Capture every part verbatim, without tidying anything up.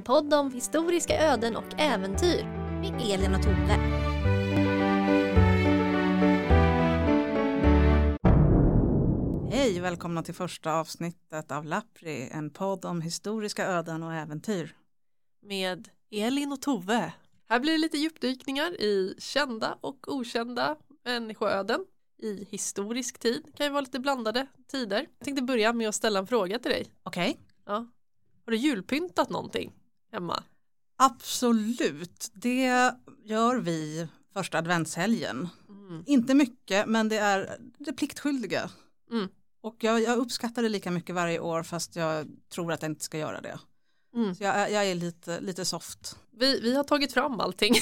podd om historiska öden och äventyr med Elin och Tove. Hej, välkomna till första avsnittet av Lappri, en podd om historiska öden och äventyr. Med Elin och Tove. Här blir det lite djupdykningar i kända och okända människoöden i historisk tid. Det kan ju vara lite blandade tider. Jag tänkte börja med att ställa en fråga till dig. Okej. Okay. Ja. Har du julpyntat någonting hemma? Absolut, det gör vi första adventshelgen. Mm. Inte mycket, men det är det pliktskyldiga. Mm. Och jag, jag uppskattar det lika mycket varje år, fast jag tror att jag inte ska göra det. Mm. Så jag, jag är lite, lite soft. Vi, vi har tagit fram allting.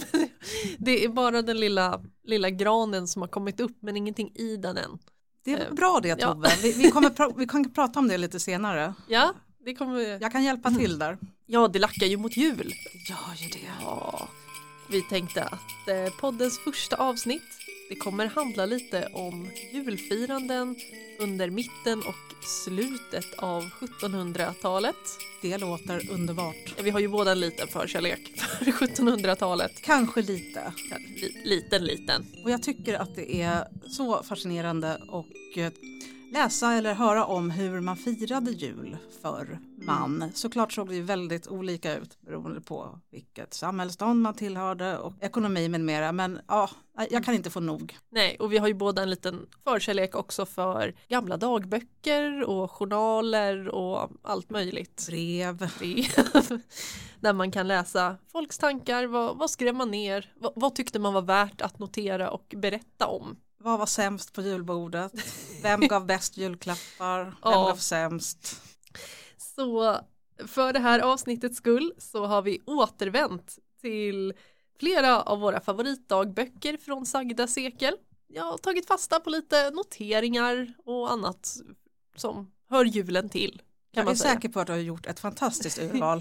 Det är bara den lilla, lilla granen som har kommit upp, men ingenting i den än. Det är bra det, Tove. Ja. Vi, vi, kommer pra- vi kan prata om det lite senare. Ja, det kommer... Jag kan hjälpa till där. Ja, det lackar ju mot jul. Ja, ju det. Ja. Vi tänkte att eh, poddens första avsnitt, det kommer handla lite om julfiranden under mitten och slutet av sjuttonhundratalet. Det låter underbart. Ja, vi har ju båda en liten förkärlek för sjuttonhundratalet. Kanske lite. L- liten, liten. Och jag tycker att det är så fascinerande att läsa eller höra om hur man firade jul för man. Mm. Såklart såg det ju väldigt olika ut beroende på vilket samhällsstånd man tillhörde och ekonomi med mera. Men ja, jag kan inte få nog. Nej, och vi har ju båda en liten förkärlek också för gamla dagböcker och journaler och allt möjligt. Brev. Brev. Där man kan läsa folks tankar, vad, vad skrev man ner, vad, vad tyckte man var värt att notera och berätta om. Vad var sämst på julbordet? Vem gav bäst julklappar? Vem ja. gav sämst? Så för det här avsnittets skull så har vi återvänt till flera av våra favoritdagböcker från sagda sekel. Jag har tagit fasta på lite noteringar och annat som hör julen till. Kan jag man är säga. säker på att du har gjort ett fantastiskt urval.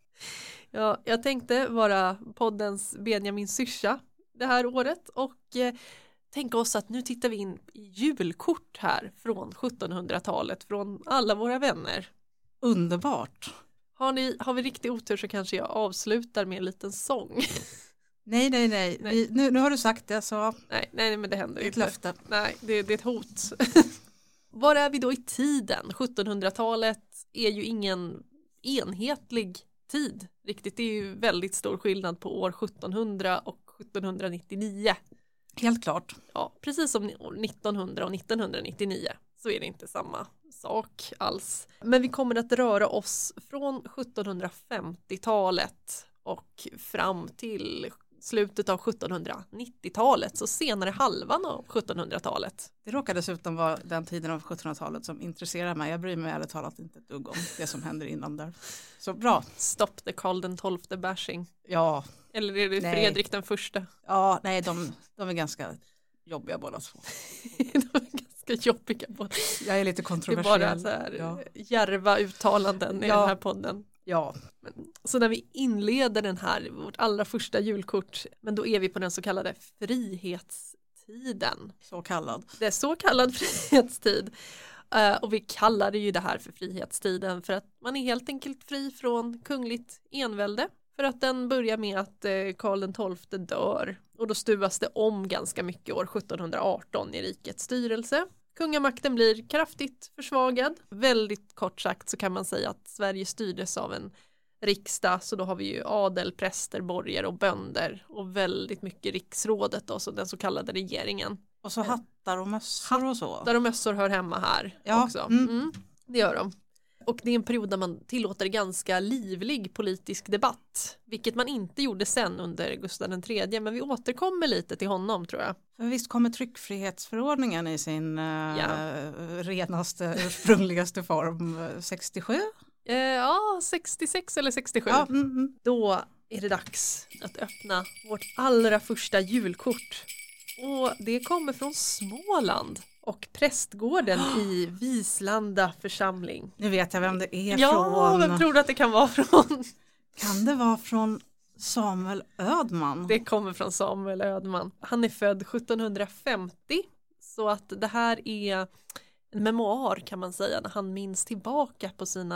Ja, jag tänkte vara poddens Benjamin Syrsa det här året och eh, tänka oss att nu tittar vi in i julkort här från sjuttonhundratalet från alla våra vänner. Underbart. Har, ni, har vi riktigt otur så kanske jag avslutar med en liten sång. Nej, nej, nej. nej. Vi, nu, nu har du sagt det så. Nej, nej men det händer ett inte. Löfte. Nej, det, det är ett hot. Var är vi då i tiden? sjuttonhundratalet är ju ingen enhetlig tid. Riktigt, det är ju väldigt stor skillnad på år sjuttonhundra och sjuttonhundranittionio. Helt klart. Ja, precis som nittonhundra och nittonhundranittionio så är det inte samma sak alls. Men vi kommer att röra oss från sjuttonhundrafemtiotalet och fram till slutet av sjuttonhundranittiotalet, så senare halvan av sjuttonhundratalet. Det råkar dessutom vara den tiden av sjuttonhundratalet som intresserar mig. Jag bryr mig ärligt talat inte ett dugg om det som händer innan där. Så bra. Stop the Karl den tolfte bashing. Ja. Eller är det nej. Fredrik den första? Ja, nej, de, de är ganska jobbiga båda två. De är ganska jobbiga båda. Jag är lite kontroversiell. Det är bara så här ja. djärva uttalanden i ja. den här podden. Ja. Så när vi inleder den här, vårt allra första julkort, men då är vi på den så kallade frihetstiden. Så kallad. Det är så kallad frihetstid. Uh, och vi kallar det ju det här för frihetstiden för att man är helt enkelt fri från kungligt envälde. För att den börjar med att uh, Karl den tolfte dör. Och då stuvas det om ganska mycket år sjuttonhundraarton i rikets styrelse. Kungamakten blir kraftigt försvagad. Väldigt kort sagt så kan man säga att Sverige styrdes av en riksdag. Så då har vi ju adel, präster, borgare och bönder. Och väldigt mycket riksrådet, då, så den så kallade regeringen. Och så hattar och mössor och så. Hattar och mössor hör hemma här ja. också. Mm. Mm, det gör de. Och det är en period där man tillåter ganska livlig politisk debatt. Vilket man inte gjorde sen under Gustav den tredje. Men vi återkommer lite till honom, tror jag. För visst kommer tryckfrihetsförordningen i sin uh, ja. renaste, ursprungligaste form sextiosju? Uh, ja, sextiosex eller sextiosju. Ja, mm, mm. Då är det dags att öppna vårt allra första julkort. Och det kommer från Småland. Och prästgården oh. i Vislanda församling. Nu vet jag vem det är ja, från. Ja, vem tror du att det kan vara från? Kan det vara från Samuel Ödman? Det kommer från Samuel Ödman. Han är född sjuttonhundrafemtio. Så att det här är en memoar kan man säga. När han minns tillbaka på sina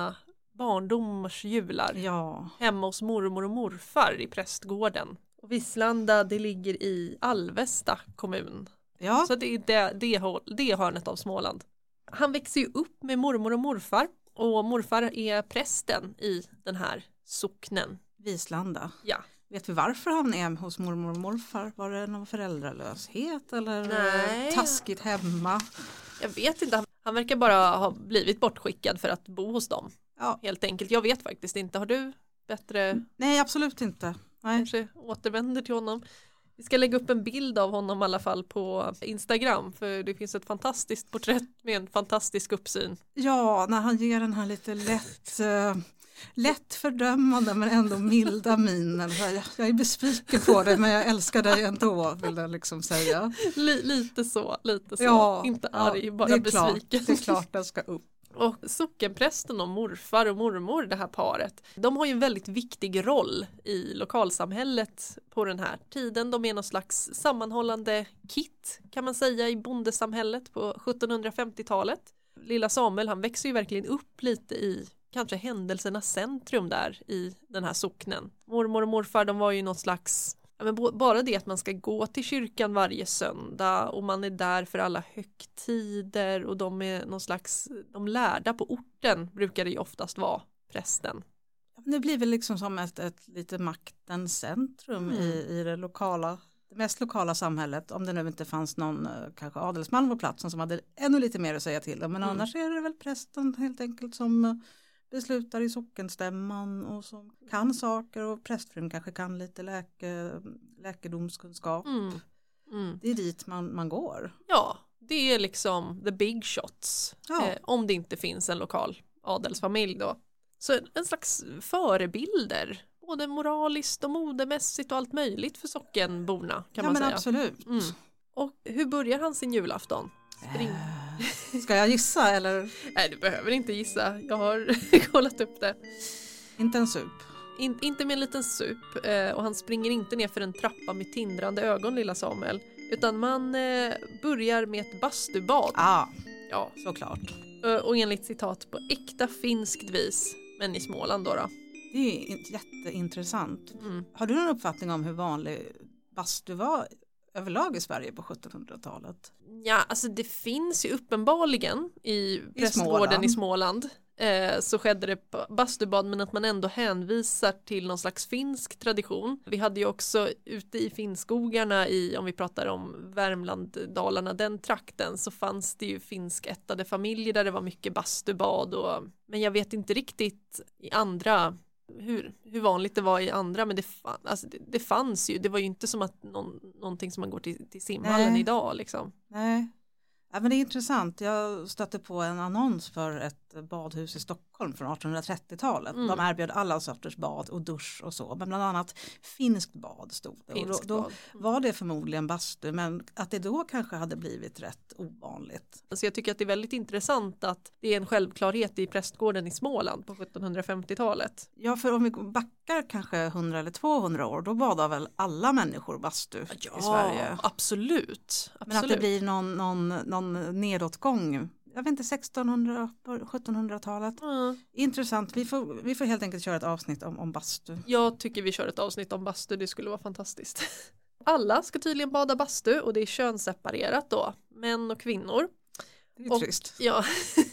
barndomsjular. Ja. Hemma hos mormor och morfar i prästgården. Och Vislanda, det ligger i Alvesta kommun. Ja. Så det är det, det, det hörnet av Småland. Han växer ju upp med mormor och morfar. Och morfar är prästen i den här socknen. Vislanda. Ja. Vet vi varför han är hos mormor och morfar? Var det någon föräldralöshet eller Nej. taskigt hemma? Jag vet inte. Han verkar bara ha blivit bortskickad för att bo hos dem. Ja. Helt enkelt. Jag vet faktiskt inte. Har du bättre... Nej, absolut inte. Nej. Kanske återvänder till honom. Vi ska lägga upp en bild av honom i alla fall på Instagram. För det finns ett fantastiskt porträtt med en fantastisk uppsyn. Ja, när han ger den här lite lätt... Uh... Lätt fördömande men ändå milda minen. Jag, jag är besviken på dig men jag älskar dig ändå, vill jag liksom säga. L- lite så, lite så. Ja, inte arg, ja, bara det är besviken. Klart, det är klart den ska upp. Och sockenprästen och morfar och mormor, det här paret, de har ju en väldigt viktig roll i lokalsamhället på den här tiden. De är någon slags sammanhållande kit kan man säga i bondesamhället på sjuttonhundrafemtiotalet. Lilla Samuel, han växer ju verkligen upp lite i kanske händelsernas centrum där i den här socknen. Mormor och morfar, de var ju någon slags, ja, men bara det att man ska gå till kyrkan varje söndag och man är där för alla högtider och de är någon slags, de lärda på orten brukar det ju oftast vara, prästen. Det blir väl liksom som ett, ett lite maktens centrum mm. i, i det lokala, det mest lokala samhället, om det nu inte fanns någon kanske adelsman på platsen som hade ännu lite mer att säga till om, men mm. annars är det väl prästen helt enkelt som beslutar i sockenstämman och som kan saker och prästfrun kanske kan lite läke, läkedomskunskap. Mm. Mm. Det är dit man, man går. Ja, det är liksom the big shots. Ja. Eh, om det inte finns en lokal adelsfamilj då. Så en slags förebilder. Både moraliskt och modemässigt och allt möjligt för sockenborna kan ja, man men säga. Absolut. Mm. Och hur börjar han sin julafton? Spring. Äh, ska jag gissa eller? Nej, du behöver inte gissa. Jag har kollat upp det. Inte en sup. In, inte med en liten sup. Eh, och han springer inte ner för en trappa med tindrande ögon, lilla Samuel. Utan man eh, börjar med ett bastubad. Ah, ja, såklart. Eh, och enligt citat på äkta finskt vis. Men i Småland då. då. Det är jätteintressant. Mm. Har du någon uppfattning om hur vanlig bastu var överlag i Sverige på sjuttonhundratalet? Ja, alltså det finns ju uppenbarligen i prästgården i Småland. Eh, så skedde det på bastubad, men att man ändå hänvisar till någon slags finsk tradition. Vi hade ju också ute i Finnskogarna i, om vi pratar om Värmland, Dalarna, den trakten, så fanns det ju finskättade familjer där det var mycket bastubad. Och, men jag vet inte riktigt i andra hur, hur vanligt det var i andra, men det, fann, alltså det, det fanns ju, det var ju inte som att någon, någonting som man går till, till simhallen Nej. idag liksom. Nej. Ja, men det är intressant. Jag stötte på en annons för ett badhus i Stockholm från artonhundratrettiotalet. Mm. De erbjöd alla sorters bad och dusch och så. Men bland annat finskt bad stod det. Finskt och då, då bad. Mm. var det förmodligen bastu, men att det då kanske hade blivit rätt ovanligt. Så jag tycker att det är väldigt intressant att det är en självklarhet i prästgården i Småland på sjuttonhundrafemtiotalet. Ja, för om vi backar kanske hundra eller tvåhundra år, då badar väl alla människor bastu ja, i Sverige. Absolut. absolut. Men att det blir någon, någon, någon nedåtgång, jag vet inte, sextonhundra, sjuttonhundratalet. Mm. Intressant, vi får, vi får helt enkelt köra ett avsnitt om, om bastu. Jag tycker vi kör ett avsnitt om bastu, det skulle vara fantastiskt. Alla ska tydligen bada bastu och det är könsseparerat då, män och kvinnor. Det är och, trist. Ja,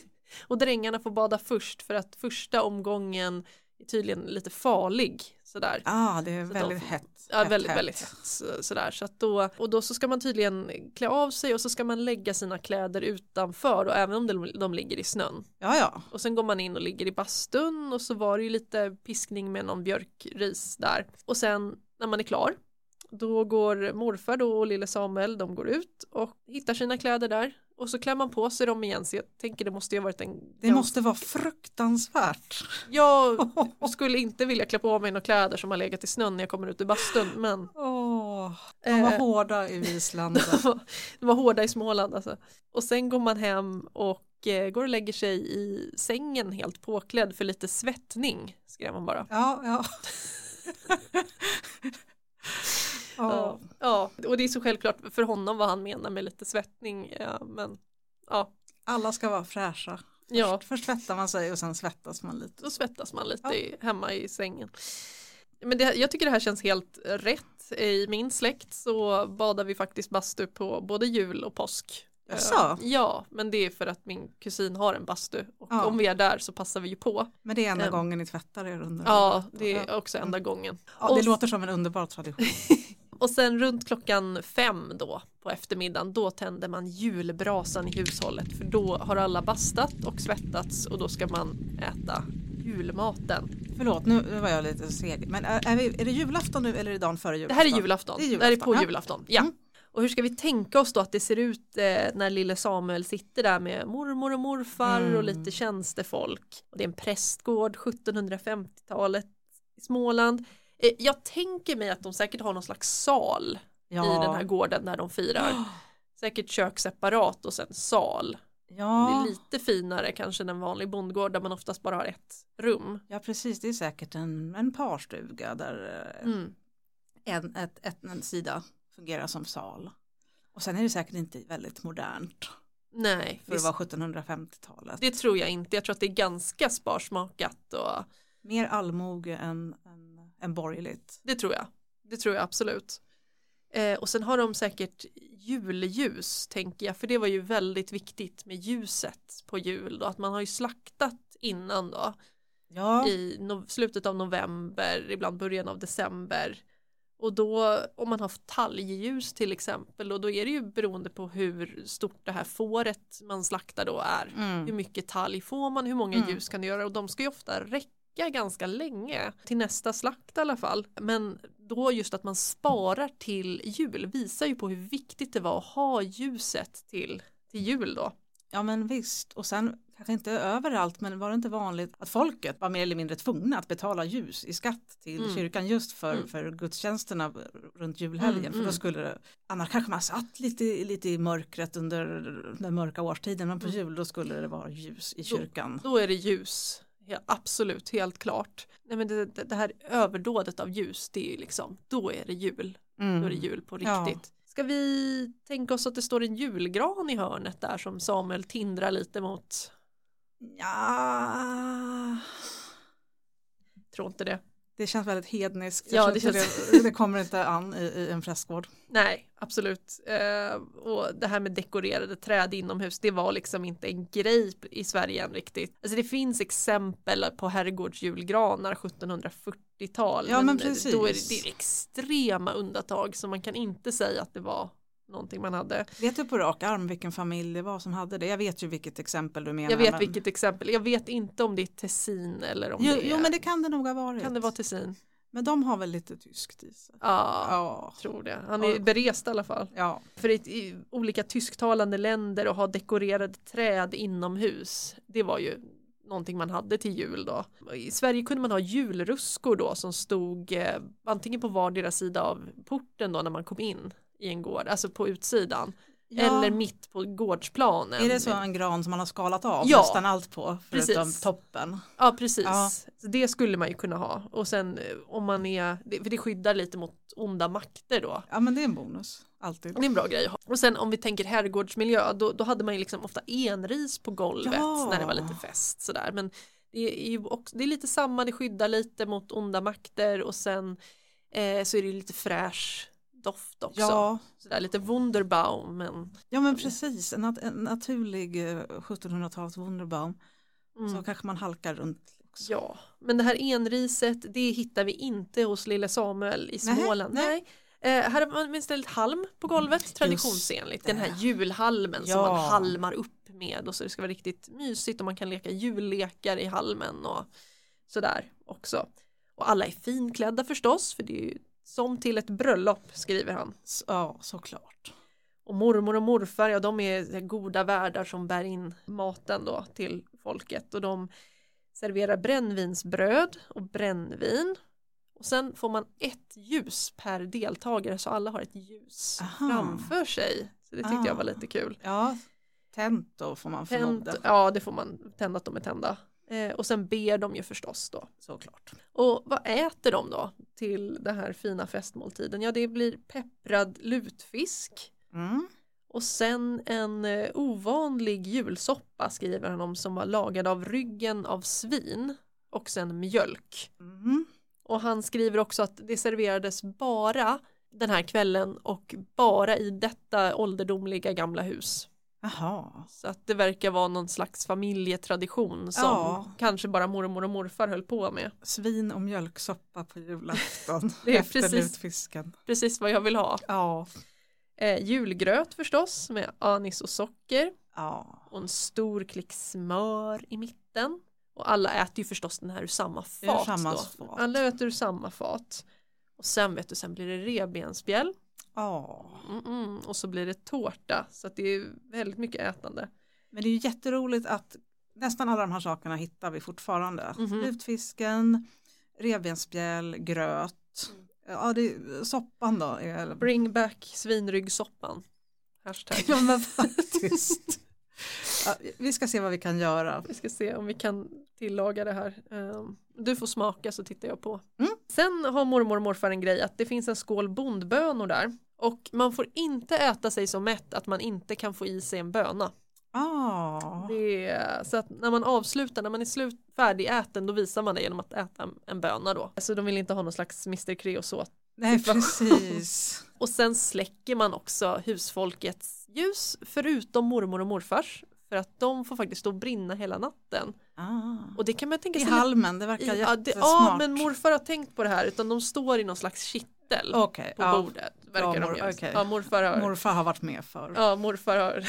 och drängarna får bada först för att första omgången är tydligen lite farlig. Sådär. Ah, det är så väldigt de, hett. Ja, hett, väldigt, hett. väldigt hett. Sådär. Så att då, och då så ska man tydligen klä av sig och så ska man lägga sina kläder utanför och även om de, de ligger i snön. Ja, ja. Och sen går man in och ligger i bastun och så var det ju lite piskning med någon björkris där. Och sen när man är klar, då går morfar då och lille Samuel, de går ut och hittar sina kläder där. Och så klär man på sig dem igen, så jag tänker det måste ju ha varit en... Det måste vara fruktansvärt. Jag skulle inte vilja klä på mig några kläder som har legat i snön när jag kommer ut i bastun, men... Åh, de var eh, hårda i Vislanda. de, var, de var hårda i Småland alltså. Och sen går man hem och eh, går och lägger sig i sängen helt påklädd för lite svettning, skrev man bara. Ja, ja. Ja, ja, och det är så självklart för honom vad han menar med lite svettning, ja, men ja. Alla ska vara fräscha. Ja. Först, först svettar man sig och sen svettas man lite. Då svettas man lite ja. i, hemma i sängen. Men det, jag tycker det här känns helt rätt. I min släkt så badar vi faktiskt bastu på både jul och påsk. Jaså? Ja, men det är för att min kusin har en bastu. Och ja. om vi är där så passar vi ju på. Men det är enda um, gången ni tvättar er under. Ja, det är också enda gången. Ja, det och, låter som en underbar tradition. Och sen runt klockan fem då på eftermiddagen, då tänder man julbrasan i hushållet. För då har alla bastat och svettats och då ska man äta julmaten. Förlåt, nu var jag lite seg. Men är, är, vi, är det julafton nu eller är det dagen före julafton? Det här är julafton. Det är, julafton. Det här är på ja. julafton, ja. Mm. Och hur ska vi tänka oss då att det ser ut eh, när lille Samuel sitter där med mormor och morfar mm. och lite tjänstefolk. Och det är en prästgård sjuttonhundrafemtiotalet i Småland. Eh, jag tänker mig att de säkert har någon slags sal ja. i den här gården där de firar. Oh. Säkert kök separat och sen sal. Ja. Det är lite finare kanske än en vanlig bondgård där man oftast bara har ett rum. Ja precis, det är säkert en, en parstuga där mm. en, ett, ett, en sida fungerar som sal. Och sen är det säkert inte väldigt modernt. Nej. För det var sjuttonhundrafemtiotalet. Det tror jag inte. Jag tror att det är ganska sparsmakat. Och... Mer allmoge än, än, än borgerligt. Det tror jag. Det tror jag absolut. Eh, och sen har de säkert julljus tänker jag. För det var ju väldigt viktigt med ljuset på jul. Då. Att man har ju slaktat innan då. Ja. I no- slutet av november, ibland början av december. Och då om man har talgljus till exempel och då är det ju beroende på hur stort det här fåret man slaktar då är. Mm. Hur mycket talg får man, hur många mm. ljus kan det göra och de ska ju ofta räcka ganska länge till nästa slakt i alla fall. Men då just att man sparar till jul visar ju på hur viktigt det var att ha ljuset till, till jul då. Ja men visst och sen kanske inte överallt men var det inte vanligt att folket var mer eller mindre tvungna att betala ljus i skatt till mm. kyrkan just för, mm. för gudstjänsterna runt julhelgen mm, för då skulle det, annars kanske man satt lite, lite i mörkret under den mörka årstiden men på jul då skulle det vara ljus i kyrkan. Då, då är det ljus, ja, absolut, helt klart. Nej, men det, det, det här överdådet av ljus det är ju liksom, då är det jul, mm. då är det jul på riktigt. Ja. Ska vi tänka oss att det står en julgran i hörnet där som Samuel tindrar lite mot? Ja. Tror inte det. Det känns väldigt hedniskt. Ja, det, känns... det, det kommer inte an i, i en prästgård. Nej, absolut. Uh, och det här med dekorerade träd inomhus, det var liksom inte en grej i Sverige än riktigt. Alltså det finns exempel på herrgårdsjulgranar sjuttonhundrafyrtiotal. Ja, men, men precis. Då är det, det är extrema undantag så man kan inte säga att det var någonting man hade. Vet du på rak arm vilken familj det var som hade det? Jag vet ju vilket exempel du menar. Jag vet men... vilket exempel. Jag vet inte om det är Tessin eller om jo, det är... Jo, men det kan det nog ha varit. Kan det vara Tessin? Men de har väl lite tyskt i sig. Ja, ja. tror det. Han är ja. berest i alla fall. Ja. För i, i olika tysktalande länder och ha dekorerade träd inomhus, det var ju någonting man hade till jul då. I Sverige kunde man ha julruskor då som stod eh, antingen på vardera sida av porten då när man kom in i en gård, alltså på utsidan. Ja. Eller mitt på gårdsplanen. Är det så en gran som man har skalat av ja. nästan allt på förutom toppen? Ja, precis. Ja. Så det skulle man ju kunna ha. Och sen om man är, för det skyddar lite mot onda makter då. Ja, men det är en bonus. Alltid. Det är en bra grej att ha. Och sen om vi tänker herrgårdsmiljö, då, då hade man ju liksom ofta enris på golvet ja. när det var lite fest sådär. Men det är ju också, det är lite samma, det skyddar lite mot onda makter och sen eh, så är det lite fräsch doft också. Ja. Sådär lite Wunderbaum. Men... Ja men precis, en, nat- en naturlig sjuttonhundratals Wunderbaum. Mm. Så kanske man halkar runt också. Ja, men det här enriset, det hittar vi inte hos lille Samuel i Småland. Nej, nej. nej. Eh, här har man istället halm på golvet, traditionsenligt. Den här julhalmen ja. som man halmar upp med och så det ska vara riktigt mysigt och man kan leka jullekar i halmen och sådär också. Och alla är finklädda förstås, för det är ju som till ett bröllop, skriver han. Ja, såklart. Och mormor och morfar, ja de är goda värdar som bär in maten då till folket. Och de serverar brännvinsbröd och brännvin. Och sen får man ett ljus per deltagare så alla har ett ljus Aha. framför sig. Så det tyckte ah. jag var lite kul. Ja, tänt då får man förmoda. Ja, det får man tända att de är tända. Eh, och sen ber de ju förstås då. Såklart. Och vad äter de då till den här fina festmåltiden? Ja, det blir pepprad lutfisk. Mm. Och sen en eh, ovanlig julsoppa skriver han om som var lagad av ryggen av svin och sen mjölk. Mm. Och han skriver också att det serverades bara den här kvällen och bara i detta ålderdomliga gamla hus. Jaha. Så att det verkar vara någon slags familjetradition som Ja. kanske bara mormor och morfar höll på med. Svin och mjölksoppa på julafton. Det är efter precis- lutfisken. Precis vad jag vill ha. Ja. Eh, julgröt förstås med anis och socker. Ja. Och en stor klick smör i mitten. Och alla äter ju förstås den här ur samma fat. Ur samma då. fat. Alla äter ur samma fat. Och sen vet du, sen blir det revbensspjäll. Ja. Mm-mm. Och så blir det tårta. Så att det är väldigt mycket ätande. Men det är ju jätteroligt att nästan alla de här sakerna hittar vi fortfarande. Mhm. Lutfisken, revbensspjäll, gröt. Ja, det är, soppan då. Är, Bring back svinryggsoppan. Hashtag. ja, men faktiskt. Ja, vi ska se vad vi kan göra. Vi ska se om vi kan tillaga det här. Um, du får smaka så tittar jag på. Mm. Sen har mormor och morfar en grej att det finns en skål bondbönor där. Och man får inte äta sig så mätt att man inte kan få i sig en böna. Ah. Det är, så att när man avslutar, när man är slut, färdigäten, då visar man det genom att äta en, en böna då. Så de vill inte ha någon slags mister Creosote. Nej, precis. Och sen släcker man också husfolkets ljus förutom mormor och morfars. För att de får faktiskt stå och brinna hela natten. Ah. Och det kan man tänka I sig halmen, det verkar i, ja, det, jättesmart. ja, men morfar har tänkt på det här. Utan de står i någon slags kittel Okej, på ja. bordet. Verkar Ja, de mor- göra. okej. Ja, morfar har, Morfar har varit med för. ja, morfar har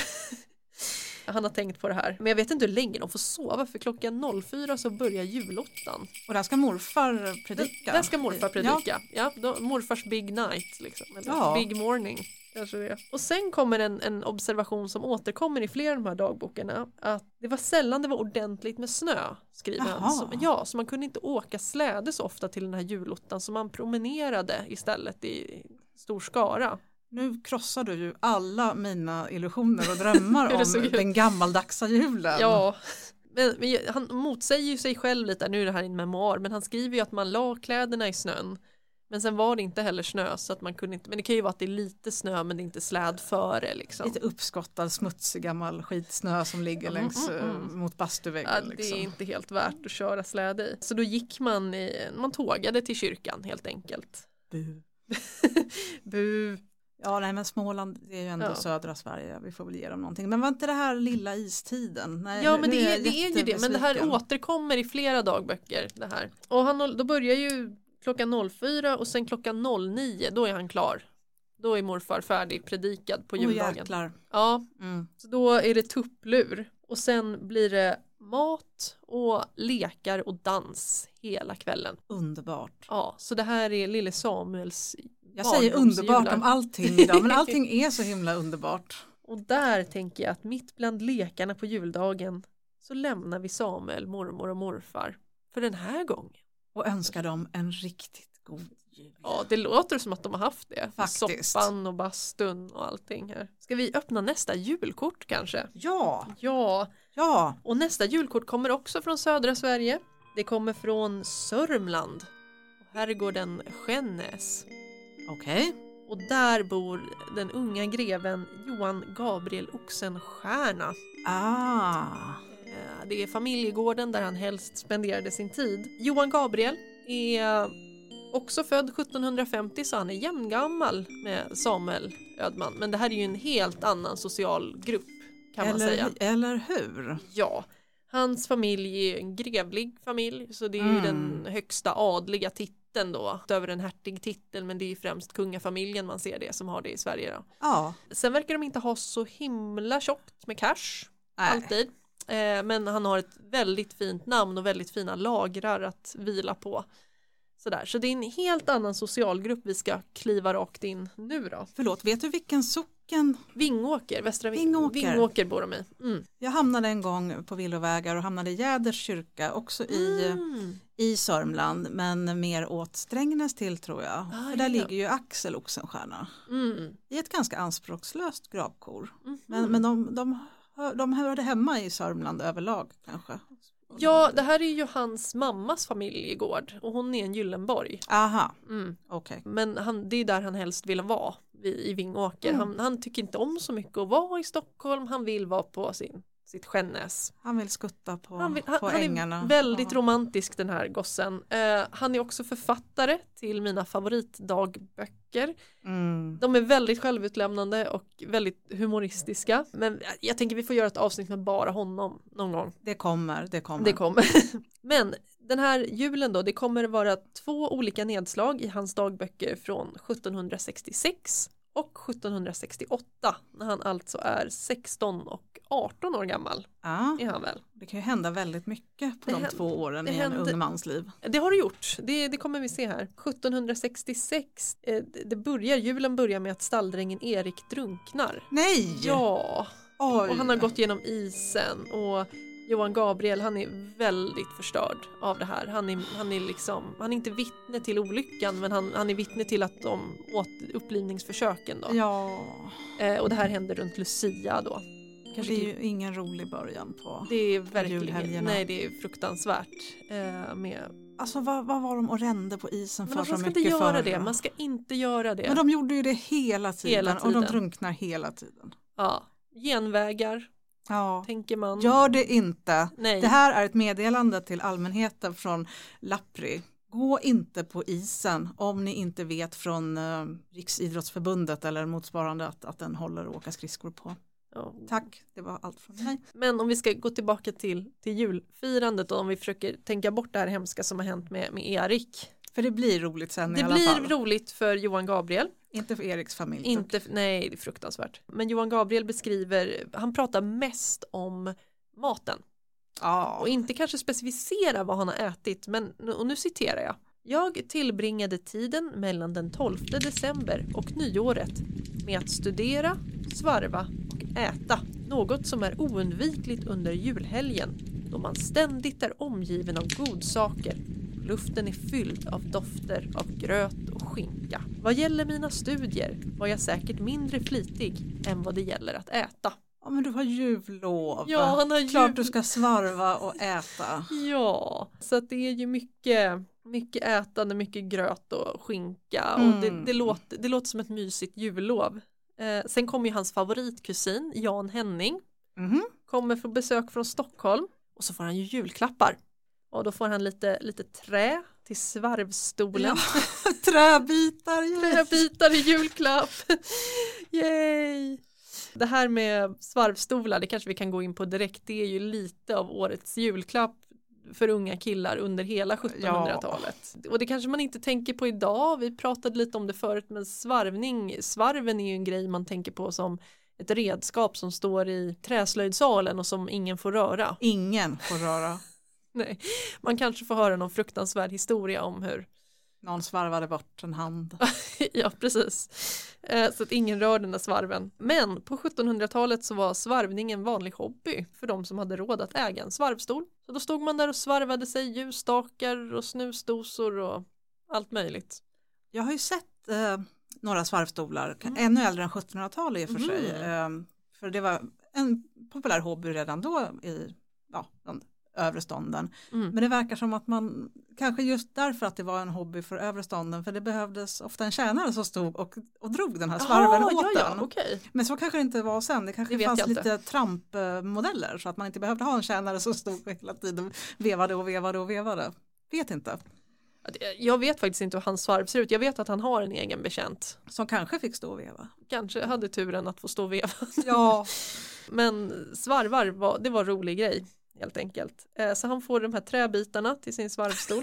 han har tänkt på det här. Men jag vet inte hur länge de får sova. För klockan fyra så börjar julottan. Och där ska morfar predika. Där ska morfar predika. Ja, då, morfars big night liksom. Eller Ja. big morning. Kanske det. Och sen kommer en, en observation som återkommer i flera av de här dagbokarna. Att det var sällan det var ordentligt med snö, skriver Jaha. han. Så, ja, så man kunde inte åka släde så ofta till den här julottan. Så man promenerade istället i stor skara. Nu krossar du ju alla mina illusioner och drömmar Hur det såg om ut. den gammaldagsa julen. Ja, men, men han motsäger ju sig själv lite. Nu är det här en memoar, men han skriver ju att man la kläderna i snön. Men sen var det inte heller snö så att man kunde inte, men det kan ju vara att det är lite snö men det är inte släd före liksom. Lite uppskottad, smutsig gammal skitsnö som ligger Mm, längs mm, mm. eh, mot bastuväggen. Ja, det liksom. är inte helt värt att köra släde i. Så då gick man, i, man tågade till kyrkan helt enkelt. Bu. Bu. Ja, nej, men Småland det är ju ändå Ja. södra Sverige. Vi får väl ge dem någonting. Men var inte det här lilla istiden? Nej, Ja, nu- men nu det är, jag det är ju det. Men det här jättebesviken. återkommer i flera dagböcker. Det här. Och han, då börjar ju klockan fyra och sen klockan nio, då är han klar. Då är morfar färdig predikad på Åh, juldagen. jäklar. Ja, Mm. så då är det tupplur. Och sen blir det mat och lekar och dans hela kvällen. Underbart. Ja, så det här är lille Samuels Jag säger barndomsjular. underbart om allting idag, men allting är så himla underbart. Och där tänker jag att mitt bland lekarna på juldagen så lämnar vi Samuel, mormor och morfar för den här gången. Och önskar dem en riktigt god jul. Ja, det låter som att de har haft det. Faktiskt. Soppan och bastun och allting här. Ska vi öppna nästa julkort kanske? Ja, Ja, ja. och nästa julkort kommer också från södra Sverige. Det kommer från Sörmland. Och herrgården Skännäs. Okej. Och där bor den unga greven Johan Gabriel Oxenstierna. Ah. Eh, Det är familjegården där han helst spenderade sin tid. Johan Gabriel är också född sjuttonhundrafemtio så han är jämngammal med Samuel Ödman. Men det här är ju en helt annan social grupp kan man eller, säga. eller hur? Ja, hans familj är en grevlig familj så det är ju Mm. den högsta adliga titeln då. Över en hertigtitel men det är ju främst kungafamiljen man ser det som har det i Sverige då. Ja. Sen verkar de inte ha så himla tjockt med cash. Nej. Alltid. Eh, men han har ett väldigt fint namn och väldigt fina lagrar att vila på. Sådär. Så det är en helt annan socialgrupp vi ska kliva rakt in nu då. Förlåt, vet du vilken socken? Vingåker, Västra Ving- Vingåker. Vingåker bor de i. Mm. Jag hamnade en gång på villovägar och hamnade i Jäders kyrka, också i, Mm. i Sörmland, men mer åt Strängnäs till tror jag. Ah, För där ja. ligger ju Axel Oxenstierna Mm. i ett ganska anspråkslöst gravkor. Mhm. Men, men de, de, hör- de hörde hemma i Sörmland överlag kanske. Ja, det här är ju hans mammas familjegård och hon är en Gyllenborg. Aha, Mm. okej. Men han, det är där han helst ville vara i Vingåker. Mm. Han, han tycker inte om så mycket att vara i Stockholm. Han vill vara på sin, sitt Skännäs. Han vill skutta på, han vill, han, på han ängarna. är väldigt ja. romantisk den här gossen. Uh, han är också författare till mina favoritdagböcker. Mm. De är väldigt självutlämnande och väldigt humoristiska. Men jag tänker vi får göra ett avsnitt med bara honom någon gång. Det kommer, det kommer. Det kommer. Men den här julen då, det kommer vara två olika nedslag i hans dagböcker från sjuttonhundrasextiosex och sjuttonhundrasextioåtta. När han alltså är sexton och arton år gammal. Ja, är han väl. Det kan ju hända väldigt mycket på Det de händer, två åren i händer, en ung mans liv. Det har det gjort, det, det kommer vi se här. sjuttonhundrasextiosex, eh, det börjar, julen börjar med att stalldrängen Erik drunknar. Nej! Ja, Oj. och han har gått genom isen och Johan Gabriel, han är väldigt förstörd av det här. Han är, han är liksom, han är inte vittne till olyckan, men han, han är vittne till att de åt upplivningsförsöken då. Ja. Eh, och det här händer runt Lucia då. Kanske det är ju ingen rolig början på Det är verkligen, julhelgerna. nej det är fruktansvärt. Eh, med... Alltså vad, vad var de och rände på isen Men för man så ska mycket inte göra förr? det, man ska inte göra det. Men de gjorde ju det hela tiden, Hela och de tiden. drunknar hela tiden. Ja, genvägar, Ja. tänker man. Gör det inte. Nej. Det här är ett meddelande till allmänheten från Lappri. Gå inte på isen om ni inte vet från eh, Riksidrottsförbundet eller motsvarande att, att den håller att åka skridskor på. Ja. Tack, det var allt från mig. Men om vi ska gå tillbaka till, till julfirandet och om vi försöker tänka bort det här hemska som har hänt med, med Erik. För det blir roligt sen Det i alla blir fall. roligt för Johan Gabriel. Inte för Eriks familj. Inte, nej, det är fruktansvärt. Men Johan Gabriel beskriver, han pratar mest om maten. Ja. Och inte kanske specificera vad han har ätit, men och nu citerar jag. Jag tillbringade tiden mellan den tolfte december och nyåret med att studera, svarva och äta. Något som är oundvikligt under julhelgen, då man ständigt är omgiven av godsaker. Luften är fylld av dofter av gröt och skinka. Vad gäller mina studier var jag säkert mindre flitig än vad det gäller att äta. Ja, men du har jullov. Ja, han har Klart jul... du ska svarva och äta. Ja, så att det är ju mycket, mycket ätande, mycket gröt och skinka. Mm. Och det, det, låter, det låter som ett mysigt jullov. Eh, sen kommer ju hans favoritkusin, Jan Henning. Mm-hmm. Kommer få besök från Stockholm. Och så får han ju julklappar. Och då får han lite, lite trä till svarvstolen. Ja, träbitar. Yay. Träbitar i julklapp. Yay! Det här med svarvstolar, det kanske vi kan gå in på direkt. Det är ju lite av årets julklapp för unga killar under hela sjuttonhundratalet. Ja. Och det kanske man inte tänker på idag. Vi pratade lite om det förut, men svarvning, svarven är ju en grej man tänker på som ett redskap som står i träslöjdsalen och som ingen får röra. Ingen får röra. Nej, man kanske får höra någon fruktansvärd historia om hur någon svarvade bort en hand. Ja, precis. Så att ingen rör den där svarven. Men på sjuttonhundratalet så var svarvning en vanlig hobby för de som hade råd att äga en svarvstol. Så då stod man där och svarvade sig ljusstakar och snusdosor och allt möjligt. Jag har ju sett eh, några svarvstolar, Mm. ännu äldre än sjuttonhundratalet i och för Mm. sig. Eh, för det var en populär hobby redan då i ja, de övre stånden. Mm. Men det verkar som att man, kanske just därför att det var en hobby för övre stånden, för det behövdes ofta en tjänare som stod och, och drog den här svarven Aha, åt ja, ja, den. okej. Men så kanske det inte var sen, det kanske Det vet fanns jag inte. lite trampmodeller så att man inte behövde ha en tjänare som stod hela tiden vevade och vevade och vevade. Vet inte. Jag vet faktiskt inte hur hans svarv ser ut. Jag vet att han har en egen betjänt. Som kanske fick stå och veva. Kanske hade turen att få stå och veva. Ja. Men svarvar, var, det var en rolig grej helt enkelt. Så han får de här träbitarna till sin svarvstol.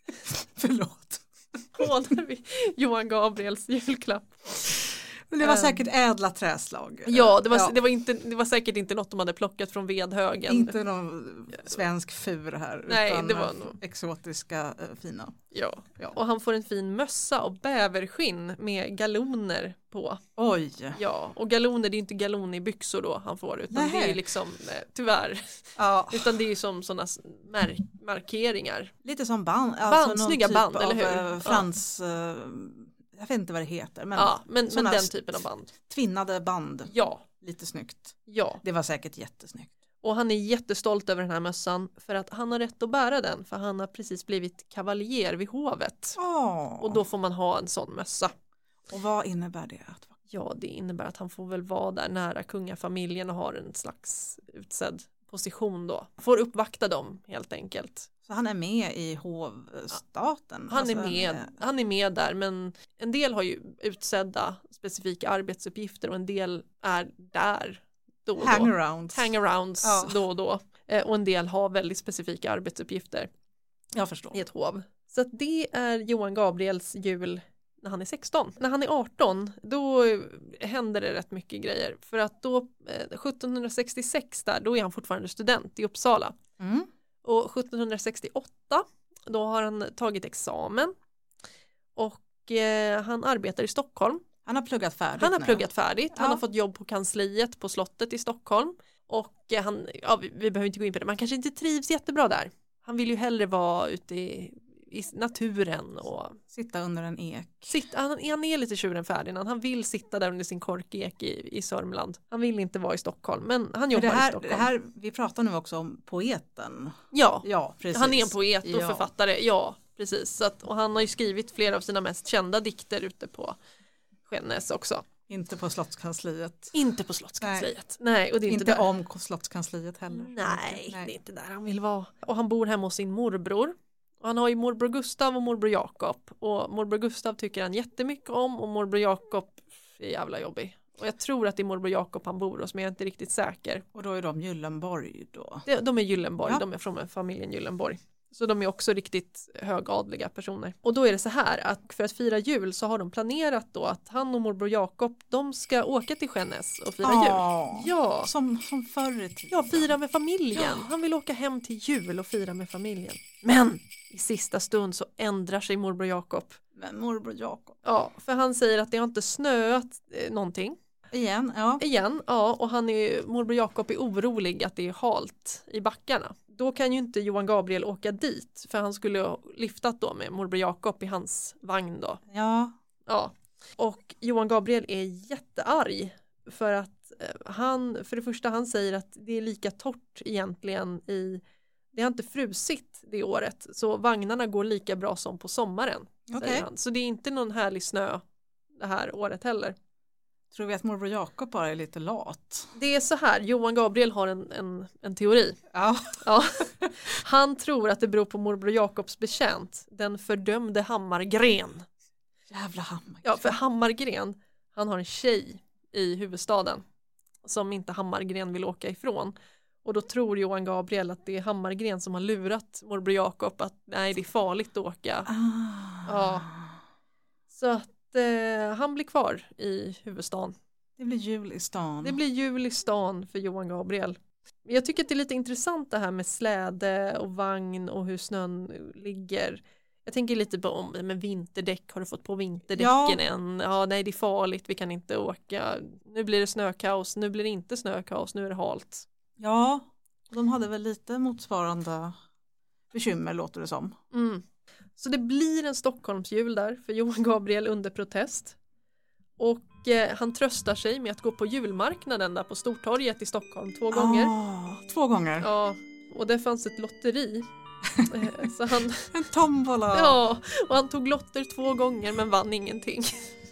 Förlåt. Hånar vi Johan Gabriels julklapp. Men det var Um, säkert ädla träslag. Ja, det var, ja. Det, var inte, det var säkert inte något de hade plockat från vedhögen. Inte någon svensk fur här. Nej, utan det var nog... exotiska äh, fina. Ja. Ja. Och han får en fin mössa och bäverskinn med galoner på. Oj. Ja, och galoner, det är inte galon i byxor då han får, utan Nähe. det är liksom, tyvärr, Ja. utan det är som sådana mär- markeringar. Lite som band. Band, någon snygga typ band, av, eller hur? äh, Frans... Äh, jag vet inte vad det heter. Men Ja, men, men såna den typen av band. tvinnade band. Ja, Lite snyggt. ja. Det var säkert jättesnyggt. Och han är jättestolt över den här mössan för att han har rätt att bära den, för han har precis blivit kavaljer vid hovet. Åh. Och då får man ha en sån mössa. Och vad innebär det? Att vara Ja, det innebär att han får väl vara där nära kungafamiljen och har en slags utsedd position då. Får uppvakta dem helt enkelt. Så han är med i hovstaten? Han, alltså, är med, han är med där, men en del har ju utsedda specifika arbetsuppgifter och en del är där då och då. Hangarounds. Hangarounds ja. då och då. Eh, och en del har väldigt specifika arbetsuppgifter. Jag förstår. I ett hov. Så att det är Johan Gabriels jul när han är sexton. När han är arton, då händer det rätt mycket grejer. För att då, eh, sjuttonhundrasextiosex där, då är han fortfarande student i Uppsala. Mm. Och sjuttonhundrasextioåtta, då har han tagit examen. Och eh, han arbetar i Stockholm. Han har pluggat färdigt Han har nu. pluggat färdigt. Han ja. har fått jobb på kansliet på slottet i Stockholm. Och eh, han, ja, vi, vi behöver inte gå in på det, man kanske inte trivs jättebra där. Han vill ju hellre vara ute i, i naturen och sitta under en ek. Sitta, han, han är lite tjuren Ferdinand. Han vill sitta där under sin korkek i, i Sörmland. Han vill inte vara i Stockholm, men han jobbar det här, i Stockholm. Det här, vi pratar nu också om poeten. Ja, ja precis. Han är en poet och ja. författare. Ja, precis. Så att, och han har ju skrivit flera av sina mest kända dikter ute på Skenäs också. Inte på slottskansliet. Inte på slottskansliet. Nej, Nej och det är inte, inte där. om slottskansliet heller. Nej, Nej, det är inte där han vill vara. Och han bor hemma hos sin morbror. Och han har ju morbror Gustav och morbror Jakob. Och morbror Gustav tycker han jättemycket om. Och morbror Jakob är jävla jobbig. Och jag tror att det är morbror Jakob han bor hos, men jag är inte riktigt säker. Och då är de Gyllenborg då? De, de är Gyllenborg, ja. de är från familjen Gyllenborg. Så de är också riktigt högadliga personer. Och då är det så här att för att fira jul så har de planerat då att han och morbror Jakob, de ska åka till Skenäs och fira oh, jul. Ja. Som, som förr i tiden. Ja, fira med familjen. Ja. Han vill åka hem till jul och fira med familjen. Men i sista stund så ändrar sig morbror Jakob. Men morbror Jakob? Ja, för han säger att det har inte snöat eh, någonting. Igen, ja. Igen, ja. Och han är, morbror Jakob är orolig att det är halt i backarna. Då kan ju inte Johan Gabriel åka dit, för han skulle ha lyftat då med morbror Jakob i hans vagn då. Ja. Ja. Och Johan Gabriel är jättearg för att eh, han, för det första han säger att det är lika torrt egentligen i, det har inte frusit det året, så vagnarna går lika bra som på sommaren, okay. säger han. Så det är inte någon härlig snö det här året heller. Tror vi att morbror Jakob bara är lite lat? Det är så här, Johan Gabriel har en, en, en teori. Ja. Ja. Han tror att det beror på morbror Jakobs betjänt, den fördömde Hammargren. Jävla Hammargren. Ja, för Hammargren, han har en tjej i huvudstaden som inte Hammargren vill åka ifrån. Och då tror Johan Gabriel att det är Hammargren som har lurat morbror Jakob att nej, det är farligt att åka. Ah. Ja. Så att eh, han blir kvar i huvudstaden. Det blir jul i stan. Det blir jul i stan för Johan Gabriel. Jag tycker att det är lite intressant det här med släde och vagn och hur snön ligger. Jag tänker lite på om men vinterdäck, har du fått på vinterdäcken ja. än? Ja, nej det är farligt, vi kan inte åka. Nu blir det snökaos, nu blir det inte snökaos, nu är det halt. Ja, de hade väl lite motsvarande bekymmer låter det som. Mm. Så det blir en Stockholmsjul där för Johan Gabriel under protest. Och eh, han tröstar sig med att gå på julmarknaden där på Stortorget i Stockholm två gånger. Oh, två gånger? Ja, och det fanns ett lotteri. Så han, en tombola. Ja, och han tog lotter två gånger men vann ingenting.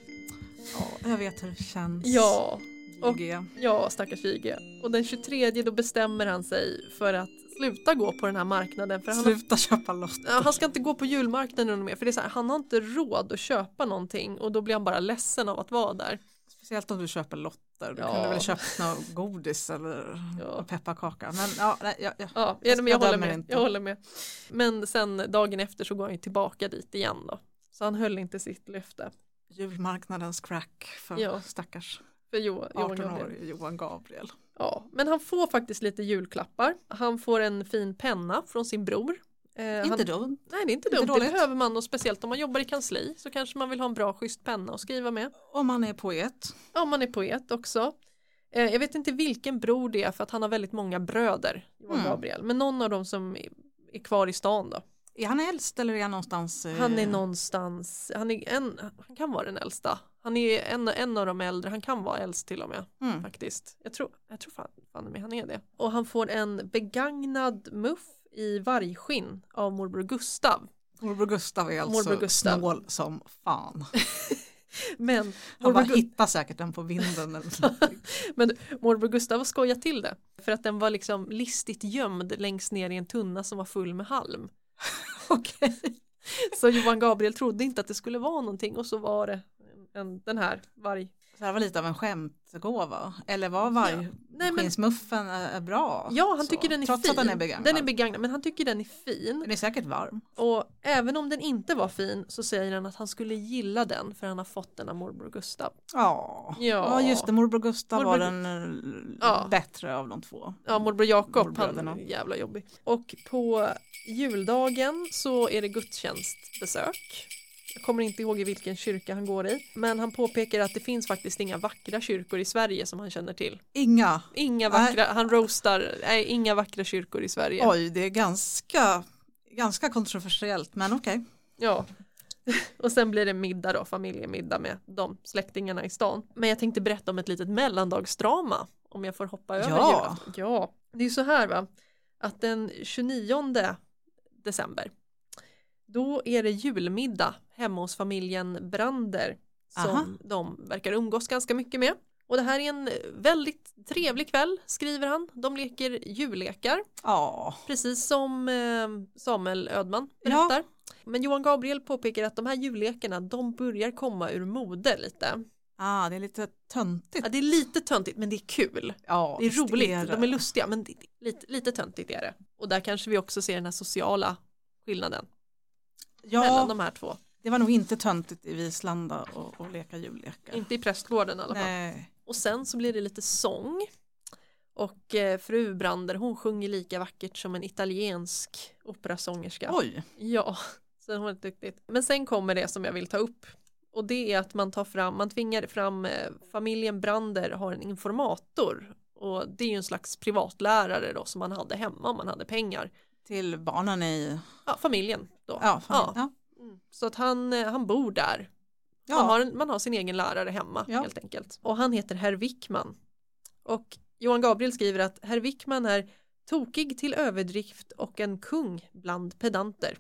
Ja, jag vet hur det känns. Ja, och, J G. ja, stackars J G. Och den tjugotredje då bestämmer han sig för att sluta gå på den här marknaden. För sluta han, köpa lotter. Ja, han ska inte gå på julmarknaden mer. För det är så här, han har inte råd att köpa någonting. Och då blir han bara ledsen av att vara där. Speciellt om du köper lotter. Du ja. kunde väl köpa något godis eller ja. pepparkaka. Men ja, nej, jag, jag, ja, jag, jag, jag, håller med. Inte. jag håller med. Men sen dagen efter så går han ju tillbaka dit igen då. Så han höll inte sitt löfte. Julmarknadens crack för ja. stackars för jo, arton-årig Johan Gabriel. Ja, men han får faktiskt lite julklappar. Han får en fin penna från sin bror. Eh, inte han, dumt. Nej, det är inte, inte dumt. Dåligt. Det behöver man, och speciellt om man jobbar i kansli så kanske man vill ha en bra schysst penna att skriva med. Om man är poet. Ja, om man är poet också. Eh, jag vet inte vilken bror det är för att han har väldigt många bröder, Johan mm. Gabriel. Men någon av dem som är, är kvar i stan då. Är han äldst eller är han någonstans? Eh... Han är någonstans, han, är en, han kan vara den äldsta. Han är en, en av de äldre, han kan vara äldst till och med mm. faktiskt. Jag tror, jag tror fan, fan med han är det. Och han får en begagnad muff i vargskinn av morbror Gustav. Morbror Gustav är alltså morbror Gustav. snål som fan. Men Han bara morbror, hittar säkert den på vinden. Eller men morbror Gustav skojade till det. För att den var liksom listigt gömd längst ner i en tunna som var full med halm. Okej. Så Johan Gabriel trodde inte att det skulle vara någonting. Och så var det en, den här varg. Så det var lite av en skämtgåva. Eller var vargskinsmuffen ja. är bra? Ja, han så. tycker den är Trots fin. Att den är begagnad. Den är begagnad, men han tycker den är fin. Den är säkert varm. Och även om den inte var fin så säger han att han skulle gilla den för han har fått den av morbror Gustav. Ja, ja. ja just det. Morbror Gustav morbror... var den ja. bättre av de två. Ja, morbror Jakob, han är jävla jobbig. Och på juldagen så är det gudstjänstbesök. Jag kommer inte ihåg i vilken kyrka han går i. Men han påpekar att det finns faktiskt inga vackra kyrkor i Sverige som han känner till. Inga? Inga vackra, nej. Han roastar, nej, inga vackra kyrkor i Sverige. Oj, det är ganska, ganska kontroversiellt, men okej. Okay. Ja, och sen blir det middag då, familjemiddag med de släktingarna i stan. Men jag tänkte berätta om ett litet mellandagsdrama, om jag får hoppa över ja. julafton. Ja, det är ju så här va, att den tjugonionde december, då är det julmiddag hemma hos familjen Brander som Aha. de verkar umgås ganska mycket med. Och det här är en väldigt trevlig kväll, skriver han. De leker jullekar. Ja. Precis som eh, Samuel Ödman berättar. Ja. Men Johan Gabriel påpekar att de här jullekarna, de börjar komma ur mode lite. Ah, det är lite töntigt. Ja, det är lite töntigt, men det är kul. Ja, det är roligt, är det. De är lustiga, men det är lite, lite töntigt är det. Och där kanske vi också ser den här sociala skillnaden. Ja, mellan de här två. Det var nog inte töntigt i Vislanda och, och leka jullekar. Inte i prästgården i alla fall. Nej. Och sen så blir det lite sång. Och eh, fru Brander, hon sjunger lika vackert som en italiensk operasångerska. Oj! Ja, så hon är duktigt. Men sen kommer det som jag vill ta upp. Och det är att man tar fram, man tvingar fram eh, familjen Brander har en informator. Och det är ju en slags privatlärare då som man hade hemma om man hade pengar. Till barnen i... Ja, familjen då. Ja, familjen. Ja. Mm. Så att han, han bor där. Ja. Man, har, man har sin egen lärare hemma ja. helt enkelt. Och han heter Herr Wickman. Och Johan Gabriel skriver att Herr Wickman är tokig till överdrift och en kung bland pedanter.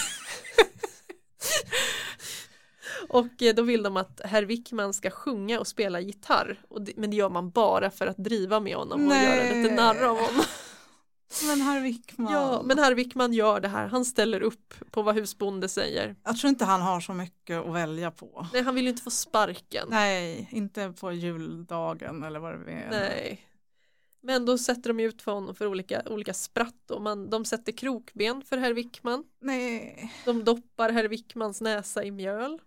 Och då vill de att Herr Wickman ska sjunga och spela gitarr. Och det, men det gör man bara för att driva med honom och Nej. göra lite narr av honom. Men Herr Wickman. Ja, men Herr Wickman gör det här. Han ställer upp på vad husbonde säger. Jag tror inte han har så mycket att välja på. Nej, han vill ju inte få sparken. Nej, inte på juldagen eller vad det är. Nej. Men då sätter de ut för honom för olika, olika spratt. Och man, de sätter krokben för Herr Wickman. Nej. De doppar Herr Wickmans näsa i mjöl.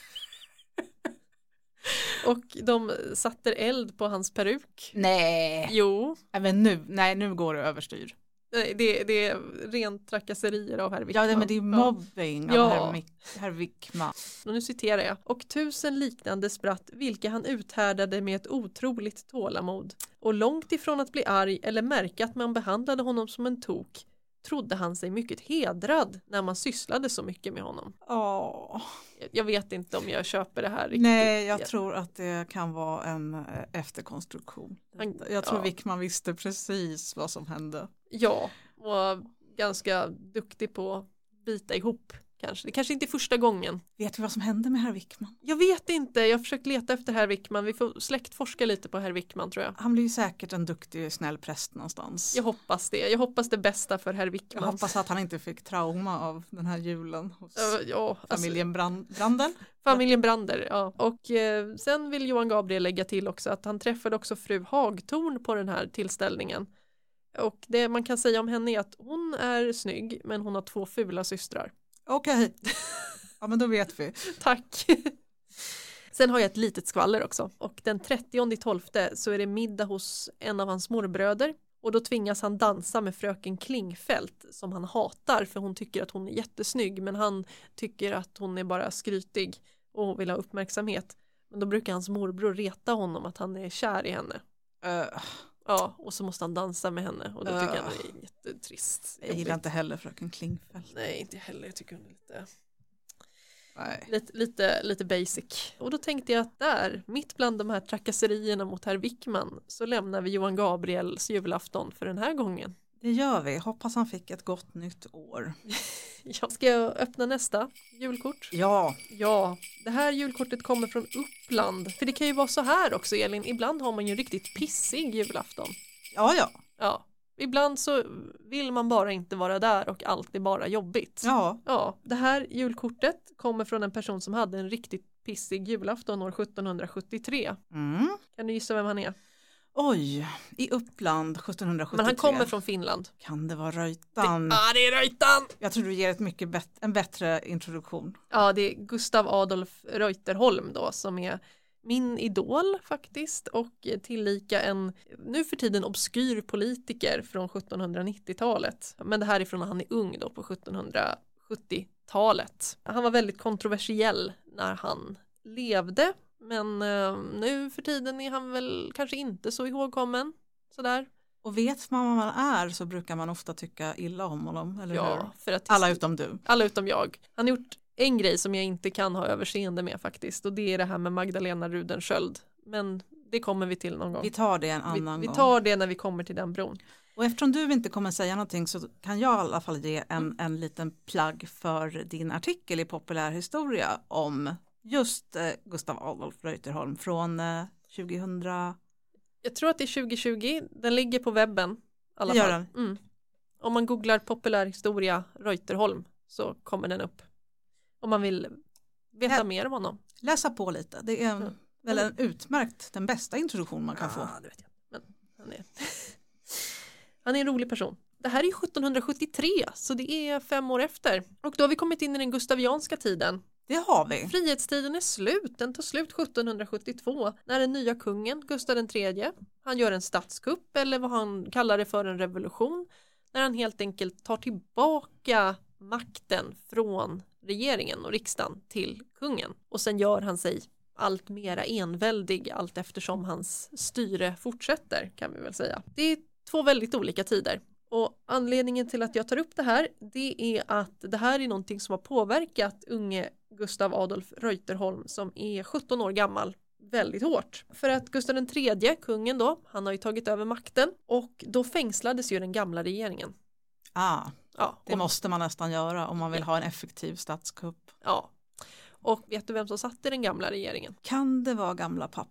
Och de satte eld på hans peruk. Nej. Jo. Även nu, nej nu går det överstyr. Det, det är rent trakasserier av Herr Wickman. Ja, men det är mobbing ja. av Herr, Herr Wickman. Och nu citerar jag. Och tusen liknande spratt vilka han uthärdade med ett otroligt tålamod. Och långt ifrån att bli arg eller märka att man behandlade honom som en tok trodde han sig mycket hedrad när man sysslade så mycket med honom. Åh. Jag vet inte om jag köper det här riktigt. Nej, jag tror att det kan vara en efterkonstruktion. Han, jag tror ja. Wickman visste precis vad som hände. Ja, och ganska duktig på att bita ihop kanske. Det kanske inte är första gången. Vet vi vad som hände med Herr Wickman? Jag vet inte, jag har försökt leta efter Herr Wickman. Vi får släktforska lite på Herr Wickman tror jag. Han blir ju säkert en duktig, snäll präst någonstans. Jag hoppas det. Jag hoppas det bästa för Herr Wickman. Jag hoppas att han inte fick trauma av den här julen hos uh, ja, familjen Brand- Brander. Familjen Brander, ja. Och eh, sen vill Johan Gabriel lägga till också att han träffade också fru Hagtorn på den här tillställningen. Och det man kan säga om henne är att hon är snygg men hon har två fula systrar. Okej, okay. Ja men då vet vi. Tack. Sen har jag ett litet skvaller också. Och den trettionde tolfte så är det middag hos en av hans morbröder. Och då tvingas han dansa med fröken Klingfält som han hatar för hon tycker att hon är jättesnygg. Men han tycker att hon är bara skrytig och vill ha uppmärksamhet. Men då brukar hans morbror reta honom att han är kär i henne. Uh. Ja, och så måste han dansa med henne och då tycker uh. han det är jättetrist. Jag gillar inte heller fröken Klingfält. Nej, inte heller. Jag tycker hon är lite... Nej. Lite, lite, lite basic. Och då tänkte jag att där, mitt bland de här trakasserierna mot Herr Wickman så lämnar vi Johan Gabriels julafton för den här gången. Det gör vi. Hoppas han fick ett gott nytt år. Jag ska öppna nästa julkort. Ja. Ja, det här julkortet kommer från Uppland. För det kan ju vara så här också, Elin. Ibland har man ju en riktigt pissig julafton. Ja, ja. Ja. Ibland så vill man bara inte vara där och allt är bara jobbigt. Ja. Ja, det här julkortet kommer från en person som hade en riktigt pissig julafton år sjuttonhundrasjuttiotre. Mm. Kan du gissa vem han är? Oj, i Uppland sjuttonhundrasjuttiotre. Men han kommer från Finland. Kan det vara Röjtan? Ja, det är Röjtan! Jag tror du ger ett mycket bet- en bättre introduktion. Ja, det är Gustav Adolf Reuterholm då som är min idol faktiskt och tillika en nu för tiden obskyr politiker från sjuttonhundranittiotalet. Men det här är från när han är ung då på sjuttonhundrasjuttiotalet. Han var väldigt kontroversiell när han levde, men eh, nu för tiden är han väl kanske inte så ihågkommen sådär. Och vet man vad man är så brukar man ofta tycka illa om honom, eller Ja, hur? för att Alla utom du. Alla utom jag. Han har gjort en grej som jag inte kan ha överseende med faktiskt, och det är det här med Magdalena Rudensköld. Men det kommer vi till någon gång. Vi tar det en annan vi, gång. vi tar det när vi kommer till den bron. Och eftersom du inte kommer säga någonting så kan jag i alla fall ge en, en liten plagg för din artikel i Populärhistoria om just eh, Gustav Adolf Reuterholm från eh, tjugohundra. Jag tror att det är tjugohundratjugo. Den ligger på webben. I alla Det gör fall. Mm. Om man googlar Populärhistoria Reuterholm så kommer den upp. Om man vill veta Lä- mer om honom. Läsa på lite. Det är en, Mm. väl en utmärkt, den bästa introduktion man kan Ja, få. det vet jag. Men han är han är en rolig person. Det här är sjuttonhundrasjuttiotre, så det är fem år efter. Och då har vi kommit in i den gustavianska tiden. Det har vi. Frihetstiden är slut. Den tar slut sjuttonhundrasjuttiotvå när den nya kungen, Gustav den tredje, han gör en statskupp eller vad han kallar det för, en revolution. När han helt enkelt tar tillbaka makten från regeringen och riksdagen till kungen. Och sen gör han sig allt mera enväldig allt eftersom hans styre fortsätter, kan vi väl säga. Det är två väldigt olika tider. Och anledningen till att jag tar upp det här, det är att det här är någonting som har påverkat unge Gustav Adolf Reuterholm som är sjutton år gammal väldigt hårt. För att Gustav den tredje, kungen då, han har ju tagit över makten och då fängslades ju den gamla regeringen. Ah, Ja, det och, måste man nästan göra om man vill Ja. ha en effektiv statskupp. ja. Och vet du vem som satt i den gamla regeringen? Kan det vara gamla pappa?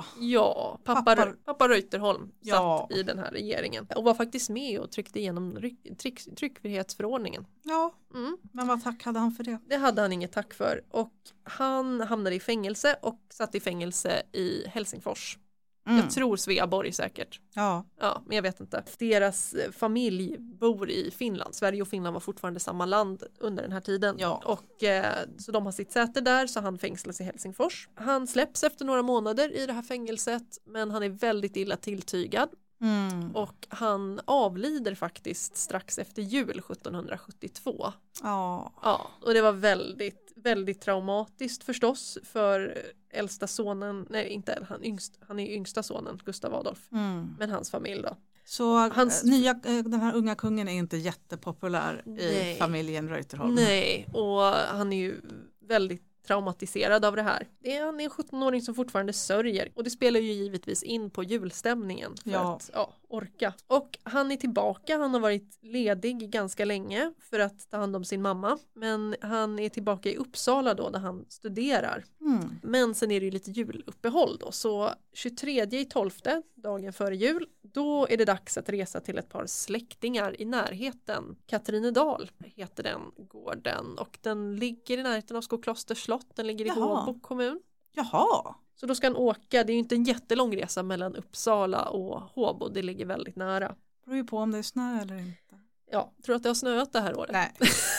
Ja, pappa, Pappa- pappa Reuterholm Ja. satt i den här regeringen och var faktiskt med och tryckte igenom ryck, tryck, tryckfrihetsförordningen. Ja, Mm. men vad tack hade han för det? Det hade han inget tack för och han hamnade i fängelse och satt i fängelse i Helsingfors. Mm. Jag tror Sveaborg säkert. Ja, Ja, men jag vet inte. Deras eh, familj bor i Finland. Sverige och Finland var fortfarande samma land under den här tiden. Ja. Och eh, så de har sitt säte där, så han fängslas i Helsingfors. Han släpps efter några månader i det här fängelset, men han är väldigt illa tilltygad. mm. Och han avlider faktiskt strax efter jul sjuttonhundrasjuttiotvå. ja. Ja, och det var väldigt, väldigt traumatiskt förstås för äldsta sonen, nej inte han, yngst, han är yngsta sonen, Gustav Adolf, Mm. men hans familj då. Så Hans- eh, nya, eh, den här unga kungen är inte jättepopulär Nej. i familjen Reuterholm. Nej, och han är ju väldigt traumatiserad av det här. Det är, han är en sjutton-åring som fortfarande sörjer och det spelar ju givetvis in på julstämningen för Ja. att ja, orka. Och han är tillbaka, han har varit ledig ganska länge för att ta hand om sin mamma, men han är tillbaka i Uppsala då där han studerar. Mm. Men sen är det ju lite juluppehåll då, så tjugotredje i tolfte, dagen före jul, då är det dags att resa till ett par släktingar i närheten. Katrinedal heter den gården och den ligger i närheten av Skoklosters slott, den ligger i Jaha. Håbo kommun. Jaha, Så då ska han åka, det är ju inte en jättelång resa mellan Uppsala och Håbo, det ligger väldigt nära. det beror ju på om det är snö eller inte. Ja, tror du att det har snöat det här året? Nej.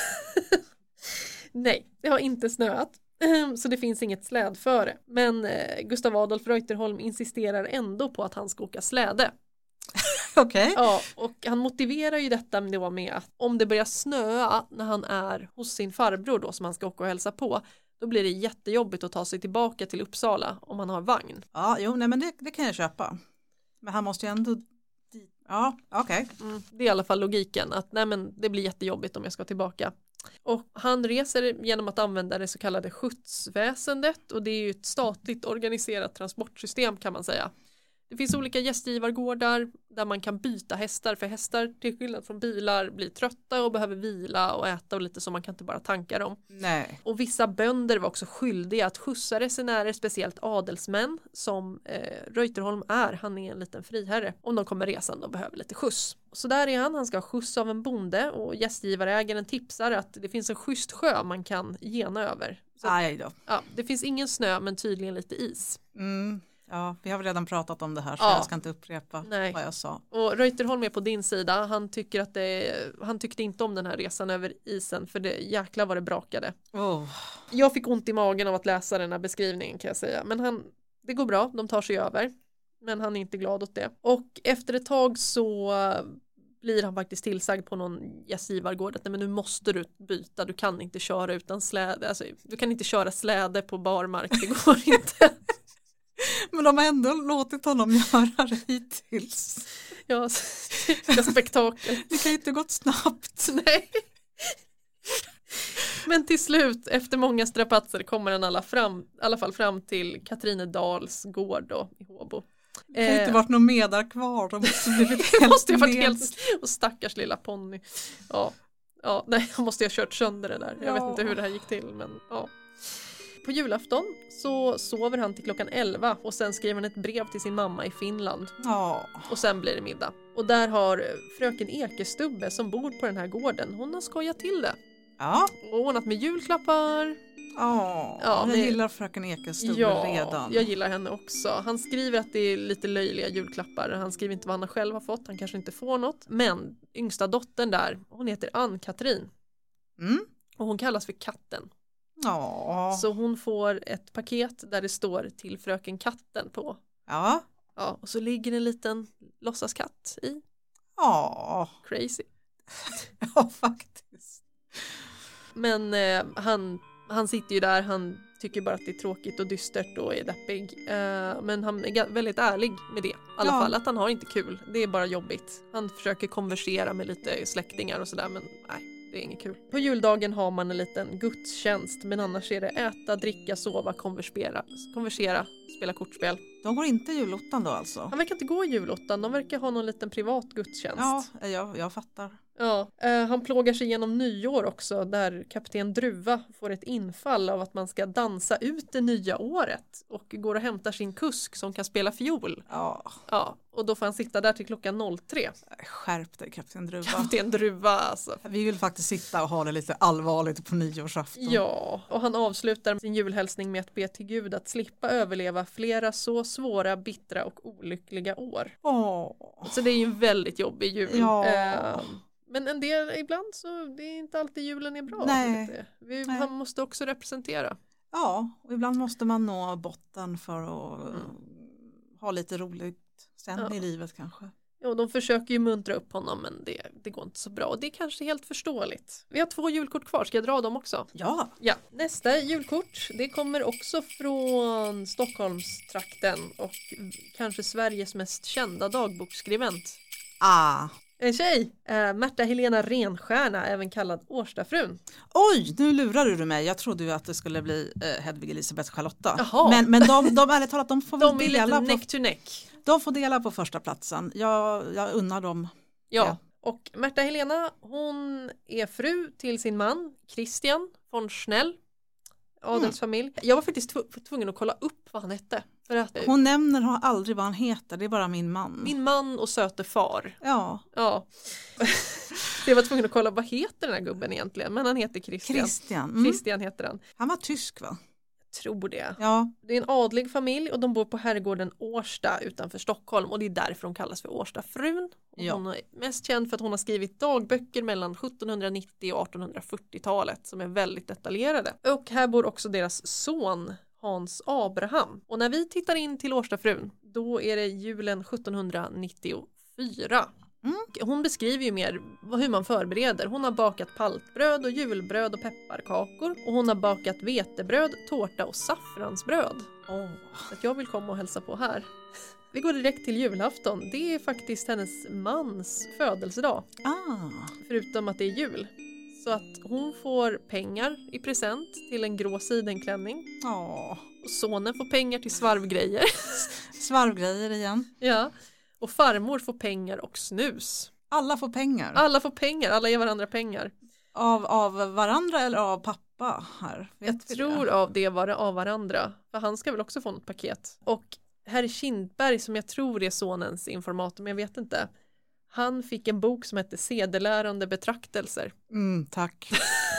Nej, det har inte snöat. Så det finns inget slädföre. Men eh, Gustav Adolf Reuterholm insisterar ändå på att han ska åka släde. Okej. Ja, och han motiverar ju detta då med att om det börjar snöa när han är hos sin farbror då som han ska åka och hälsa på, då blir det jättejobbigt att ta sig tillbaka till Uppsala om han har vagn. Ja, jo, nej, men det, det kan jag köpa. Men han måste ju ändå dit. Ja, okej. Mm, det är i alla fall logiken att nej men det blir jättejobbigt om jag ska tillbaka. Och han reser genom att använda det så kallade skjutsväsendet och det är ju ett statligt organiserat transportsystem kan man säga. Det finns olika gästgivargårdar där man kan byta hästar, för hästar till skillnad från bilar blir trötta och behöver vila och äta och lite, så man kan inte bara tanka dem. Nej. Och vissa bönder var också skyldiga att skjutsa resenärer, speciellt adelsmän som eh, Reuterholm är. Han är en liten friherre. Om de kommer resande och behöver lite skjuts. Så där är han, han ska ha skjuts av en bonde och gästgivarägaren tipsar att det finns en schysst sjö man kan gena över. Så, Aj då. ja, det finns ingen snö men tydligen lite is. Mm. Ja, vi har väl redan pratat om det här så Ja. jag ska inte upprepa Nej. vad jag sa. Och Reuterholm är på din sida. Han, tycker att det, han tyckte inte om den här resan över isen, för det jäkla vad det brakade. Oh. Jag fick ont i magen av att läsa den här beskrivningen, kan jag säga. Men han, det går bra, de tar sig över. Men han är inte glad åt det. Och efter ett tag så blir han faktiskt tillsagd på någon gästgivargård att nej, men nu måste du byta, du kan inte köra utan släde. Alltså, du kan inte köra släde på barmark, det går inte. Men de har ändå låtit honom göra det hittills. Ja, det spektakel. Det kan ju inte gått snabbt. Nej. Men till slut, efter många strapatser, kommer han alla, fram, i alla fall fram till Katrinedals gård då, i Håbo. Det kan ju inte varit någon medar kvar. De måste blivit det måste ju helt varit med. helt... Och stackars lilla ponny. Ja, ja, nej, jag måste ju ha kört sönder det där. Jag Ja. vet inte hur det här gick till, men ja. På julafton så sover han till klockan elva och sen skriver han ett brev till sin mamma i Finland. Ja. Och sen blir det middag. Och där har fröken Ekestubbe som bor på den här gården, hon har skojat till det. Ja. Och ordnat med julklappar. Ja, Ja, jag det- gillar fröken Ekestubbe Ja, redan. jag gillar henne också. Han skriver att det är lite löjliga julklappar. Han skriver inte vad han själv har fått. Han kanske inte får något. Men yngsta dottern där, hon heter Ann-Katrin. Mm. Och hon kallas för katten. Ja. Så hon får ett paket där det står till fröken katten på. Ja. Ja, och så ligger en liten låtsaskatt i. Ja. Crazy. Ja, faktiskt. Men eh, han, han sitter ju där, han tycker bara att det är tråkigt och dystert och är deppig. Eh, men han är ga- väldigt ärlig med det. I alla Ja. fall att han har inte kul, det är bara jobbigt. Han försöker konversera med lite släktingar och sådär, men nej, det är inget kul. På juldagen har man en liten gudstjänst, men annars är det äta, dricka, sova, konversera, konversera spela kortspel. De går inte julottan då alltså? Han verkar inte gå i julottan, de verkar ha någon liten privat gudstjänst. Ja, jag, jag fattar. Ja, eh, han plågar sig igenom nyår också, där kapten Druva får ett infall av att man ska dansa ut det nya året och går och hämtar sin kusk som kan spela fiol. Ja, Ja, och då får han sitta där till klockan noll tre. skärp dig kapten Druva. Kapten Druva alltså. Vi vill faktiskt sitta och ha det lite allvarligt på nyårsafton. Ja, och han avslutar sin julhälsning med att be till Gud att slippa överleva flera så svåra, bittra och olyckliga år. Åh. Så det är ju en väldigt jobbig jul. Ja. Eh, men en del ibland så det är inte alltid julen är bra. Nej. Vet du. Vi, Nej. Han måste också representera. Ja, och ibland måste man nå botten för att Mm. ha lite roligt sen Ja. i livet kanske. Ja, de försöker ju muntra upp honom, men det, det går inte så bra. Och det är kanske helt förståeligt. Vi har två julkort kvar, ska jag dra dem också? Ja, Ja, nästa julkort, det kommer också från Stockholmstrakten och kanske Sveriges mest kända dagboksskrivent. ah. En tjej, äh, Märta Helena Renstjärna, även kallad Årstafrun. Oj, nu lurade du mig. Jag trodde ju att det skulle bli eh, Hedvig Elisabeth Charlotta. Jaha. Men, men de, de, ärligt talat, de får väl De är lite dela på, neck to neck. de får dela på första platsen. Jag, jag unnar dem. Ja. Ja. Och Märta Helena, hon är fru till sin man Christian von Schnell, adelsfamilj. Jag var faktiskt tv- tvungen att kolla upp vad han hette. För att eh, Hon nämner har aldrig vad han heter, det är bara min man. min man och söte far. Ja, Ja. Så jag var tvungen att kolla vad heter den här gubben egentligen. Men han heter Christian. Christian. Mm. Christian heter han. Han var tysk va? Jag tror det. Ja, Det är en adlig familj och de bor på herrgården Årsta utanför Stockholm och det är därför de kallas för Årstafrun. Och Ja. hon är mest känd för att hon har skrivit dagböcker mellan sjuttonhundranittio och artonhundrafyrtiotalet som är väldigt detaljerade. Och här bor också deras son Hans Abraham. Och när vi tittar in till Årstafrun, då är det julen sjuttonhundranittiofyra. Mm. Hon beskriver ju mer hur man förbereder. Hon har bakat paltbröd och julbröd och pepparkakor. Och hon har bakat vetebröd, tårta och saffransbröd. oh. Så att jag vill komma och hälsa på här. Vi går direkt till julafton. Det är faktiskt hennes mans födelsedag. ah. Förutom att det är jul. Så att hon får pengar i present till en grå sidenklänning. Åh. Och sonen får pengar till svarvgrejer. Svarvgrejer igen. Ja. Och farmor får pengar och snus. Alla får pengar. Alla får pengar, alla ger varandra pengar. Av, av varandra eller av pappa här? Vet Jag vi tror det? av det var det av varandra. För han ska väl också få något paket. Och herr Kindberg, som jag tror är sonens informator, men jag vet inte. Han fick en bok som hette Sedelärande betraktelser. Mm, tack.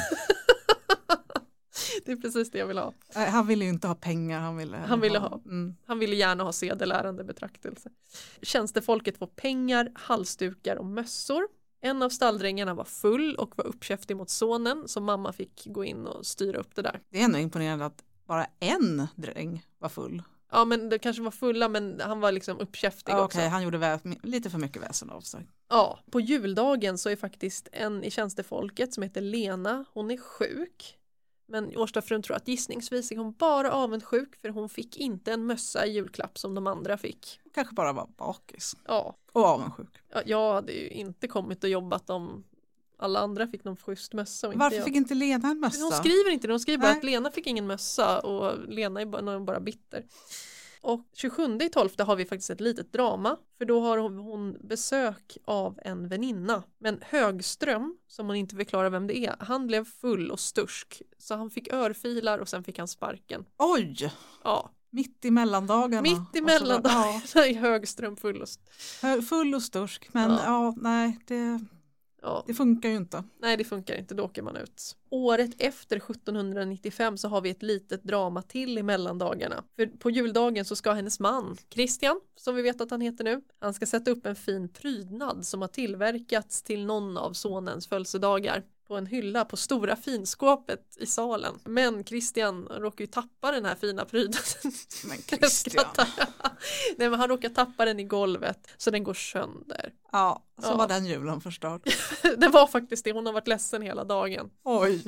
Det är precis det jag vill ha. Nej, han ville ju inte ha pengar. Han ville, Han ville ha. ha. Mm. Han ville gärna ha sedelärande betraktelser. Tjänstefolket får pengar, halsdukar och mössor. En av stalldrängarna var full och var uppkäftig mot sonen, så mamma fick gå in och styra upp det där. Det är ändå imponerande att bara en dräng var full. Ja, men det kanske var fulla, men han var liksom uppkäftig Ja, också. okej, han gjorde vä- lite för mycket väsen av sig. Ja, på juldagen så är faktiskt en i tjänstefolket som heter Lena, hon är sjuk. Men Årstafrun tror att gissningsvis är hon bara avundsjuk för hon fick inte en mössa i julklapp som de andra fick. Kanske bara var bakis. Ja, Och avundsjuk. ja, jag hade ju inte kommit och jobbat om alla andra fick någon schysst mössa och inte Varför jag. fick inte Lena en mössa? Hon skriver inte det, hon skriver bara Nej. att Lena fick ingen mössa och Lena är bara, bara bitter. Och tjugosjunde i tolfte har vi faktiskt ett litet drama, för då har hon, hon besök av en väninna. Men Högström, som hon inte förklarar vem det är, han blev full och stursk. Så han fick örfilar och sen fick han sparken. Oj! Ja, Mitt i mellandagarna. mitt i Och så- mellandagarna är Högström full och st- ja, full och stursk. Men Ja. ja, nej, det, ja. det funkar ju inte. Nej, det funkar inte, då åker man ut. Året efter sjuttonhundranittiofem så har vi ett litet drama till i mellandagarna. För på juldagen så ska hennes man, Christian, som vi vet att han heter nu, han ska sätta upp en fin prydnad som har tillverkats till någon av sonens födelsedagar på en hylla på stora finskåpet i salen. Men Christian råkar ju tappa den här fina prydnaden. Men Jag Christian. skrattar. Nej, men han råkar tappa den i golvet så den går sönder. Ja, så Ja. var den julen förstörd. Det var faktiskt det, hon har varit ledsen hela dagen. Oj.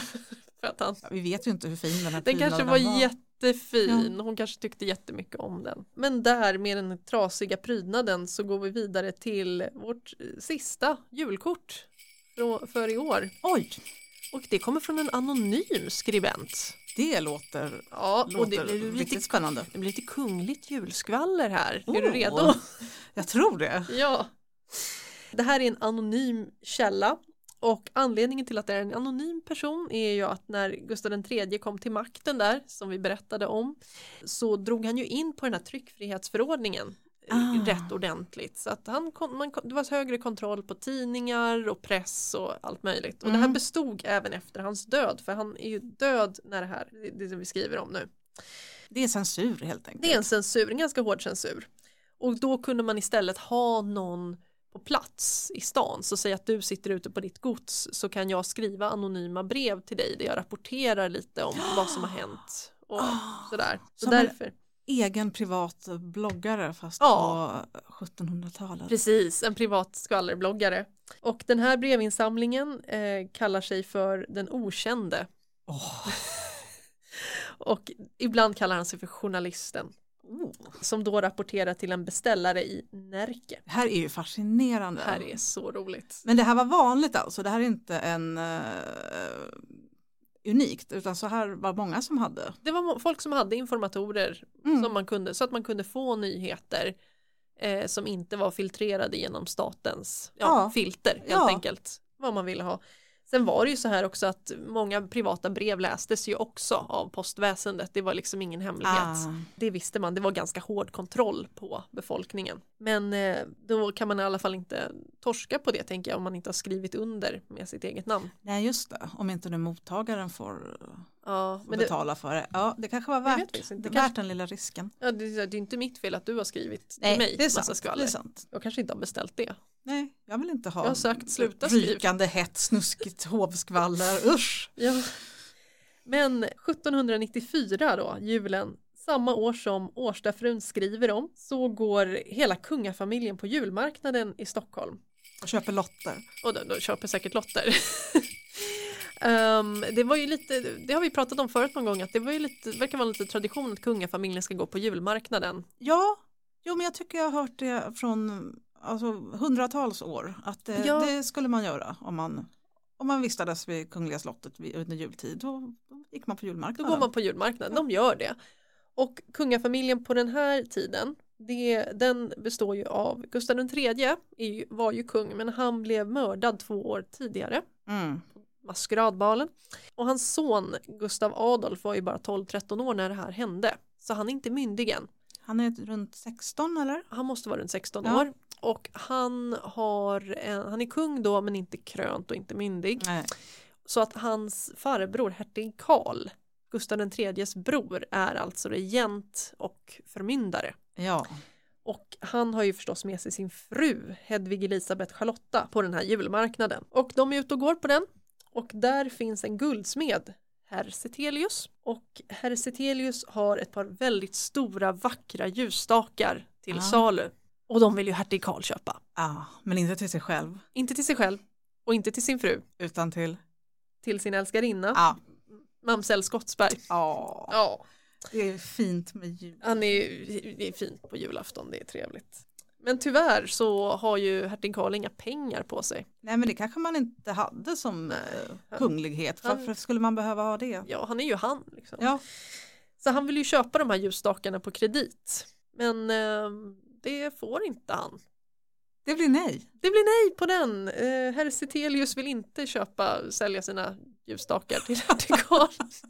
För att han Ja, vi vet ju inte hur fin den här Den kanske prydnaden var, var. jättefin, hon kanske tyckte jättemycket om den. Men där med den trasiga prydnaden så går vi vidare till vårt sista julkort för, för i år. Oj, Och det kommer från en anonym skribent. det låter, Ja, och det låter blir riktigt lite, spännande. det blir lite kungligt julskvaller här. Är Oh. du redo? Jag tror det. Ja. Det här är en anonym källa. Och anledningen till att det är en anonym person är ju att när Gustav den tredje kom till makten där, som vi berättade om, så drog han ju in på den här tryckfrihetsförordningen Ah. rätt ordentligt. Så att han, man, det var högre kontroll på tidningar och press och allt möjligt. Och Mm. det här bestod även efter hans död, för han är ju död när det här, det som vi skriver om nu. Det är censur helt enkelt. Det är en censur, en ganska hård censur. Och då kunde man istället ha någon på plats i stan, så säg att du sitter ute på ditt gods, så kan jag skriva anonyma brev till dig där jag rapporterar lite om vad som har hänt och sådär. Så Som en- därför. Egen privat bloggare fast Ja. på sjuttonhundratalet. Precis, en privat skvallerbloggare. Och den här brevinsamlingen eh, kallar sig för Den okände. Åh. Och ibland kallar han sig för Journalisten. Oh. Som då rapporterar till en beställare i Närke. Det här är ju fascinerande. Det här är så roligt. Men det här var vanligt alltså, det här är inte en uh, unikt, utan så här var många som hade. Det var må- folk som hade informatorer Mm. som man kunde, så att man kunde få nyheter eh, som inte var filtrerade genom statens ja, Ja. filter helt Ja. enkelt, vad man ville ha. Sen var det ju så här också att många privata brev lästes ju också av postväsendet. Det var liksom ingen hemlighet. Ah. Det visste man. Det var ganska hård kontroll på befolkningen. Men eh, då kan man i alla fall inte torska på det, tänker jag, om man inte har skrivit under med sitt eget namn. Nej, just det. Om inte nu mottagaren får, Ja, får men det, betala för det. Ja, det kanske var Jag vet värt, faktiskt inte. det Det värt kanske- den lilla risken. ja, det, det är inte mitt fel att du har skrivit Nej, till mig det är massa sant. skvaller. Det är sant. Jag kanske inte har beställt det. Nej, jag vill inte ha Jag har sagt, sluta skriv. rykande hett, snuskigt hovskvaller. Usch! Ja. Men sjuttonhundranittiofyra då, julen, samma år som Årstafrun skriver om, så går hela kungafamiljen på julmarknaden i Stockholm. Och köper lotter. Och då, då köper säkert lotter. um, det var ju lite, det har vi pratat om förut någon gång, att det var ju lite, verkar vara lite tradition att kungafamiljen ska gå på julmarknaden. Ja, jo, men jag tycker jag har hört det från alltså, hundratals år. Att det, Ja. det skulle man göra om man, om man vistades vid Kungliga slottet under jultid, då, då gick man på julmarknaden. Då går man på julmarknaden, de gör det. Och kungafamiljen på den här tiden, det, den består ju av Gustav den tredje, är, var ju kung, men han blev mördad två år tidigare. Mm. Maskeradbalen. Och hans son Gustav Adolf var ju bara tolv tretton år när det här hände. Så han är inte myndig än. Han är runt sexton eller? Han måste vara runt sexton ja. år. Och han, har en, han är kung då men inte krönt och inte myndig. Nej. Så att hans farbror hertig Karl, Gustav den tredjes bror, är alltså regent och förmyndare. Ja. Och han har ju förstås med sig sin fru Hedvig Elisabeth Charlotta på den här julmarknaden. Och de är ute och går på den. Och där finns en guldsmed, herr Setelius. Och herr Setelius har ett par väldigt stora vackra ljusstakar till ah. salu. Och de vill ju hertig Karl köpa. Ah, men inte till sig själv. Inte till sig själv och inte till sin fru. Utan till? Till sin älskarinna. Ah. Mamsell Skottsberg. Ah. Ja. Det är fint med jul. Han är, det är fint på julafton, det är trevligt. Men tyvärr så har ju hertig Karl inga pengar på sig. Nej, men det kanske man inte hade som Nej, han, kunglighet. Han, Varför skulle man behöva ha det? Ja, han är ju han. Liksom. Ja. Så han vill ju köpa de här ljusstakarna på kredit. Men eh, det får inte han. Det blir nej. Det blir nej på den. Eh, herr Setelius vill inte köpa, sälja sina ljusstakar till hertig Karl.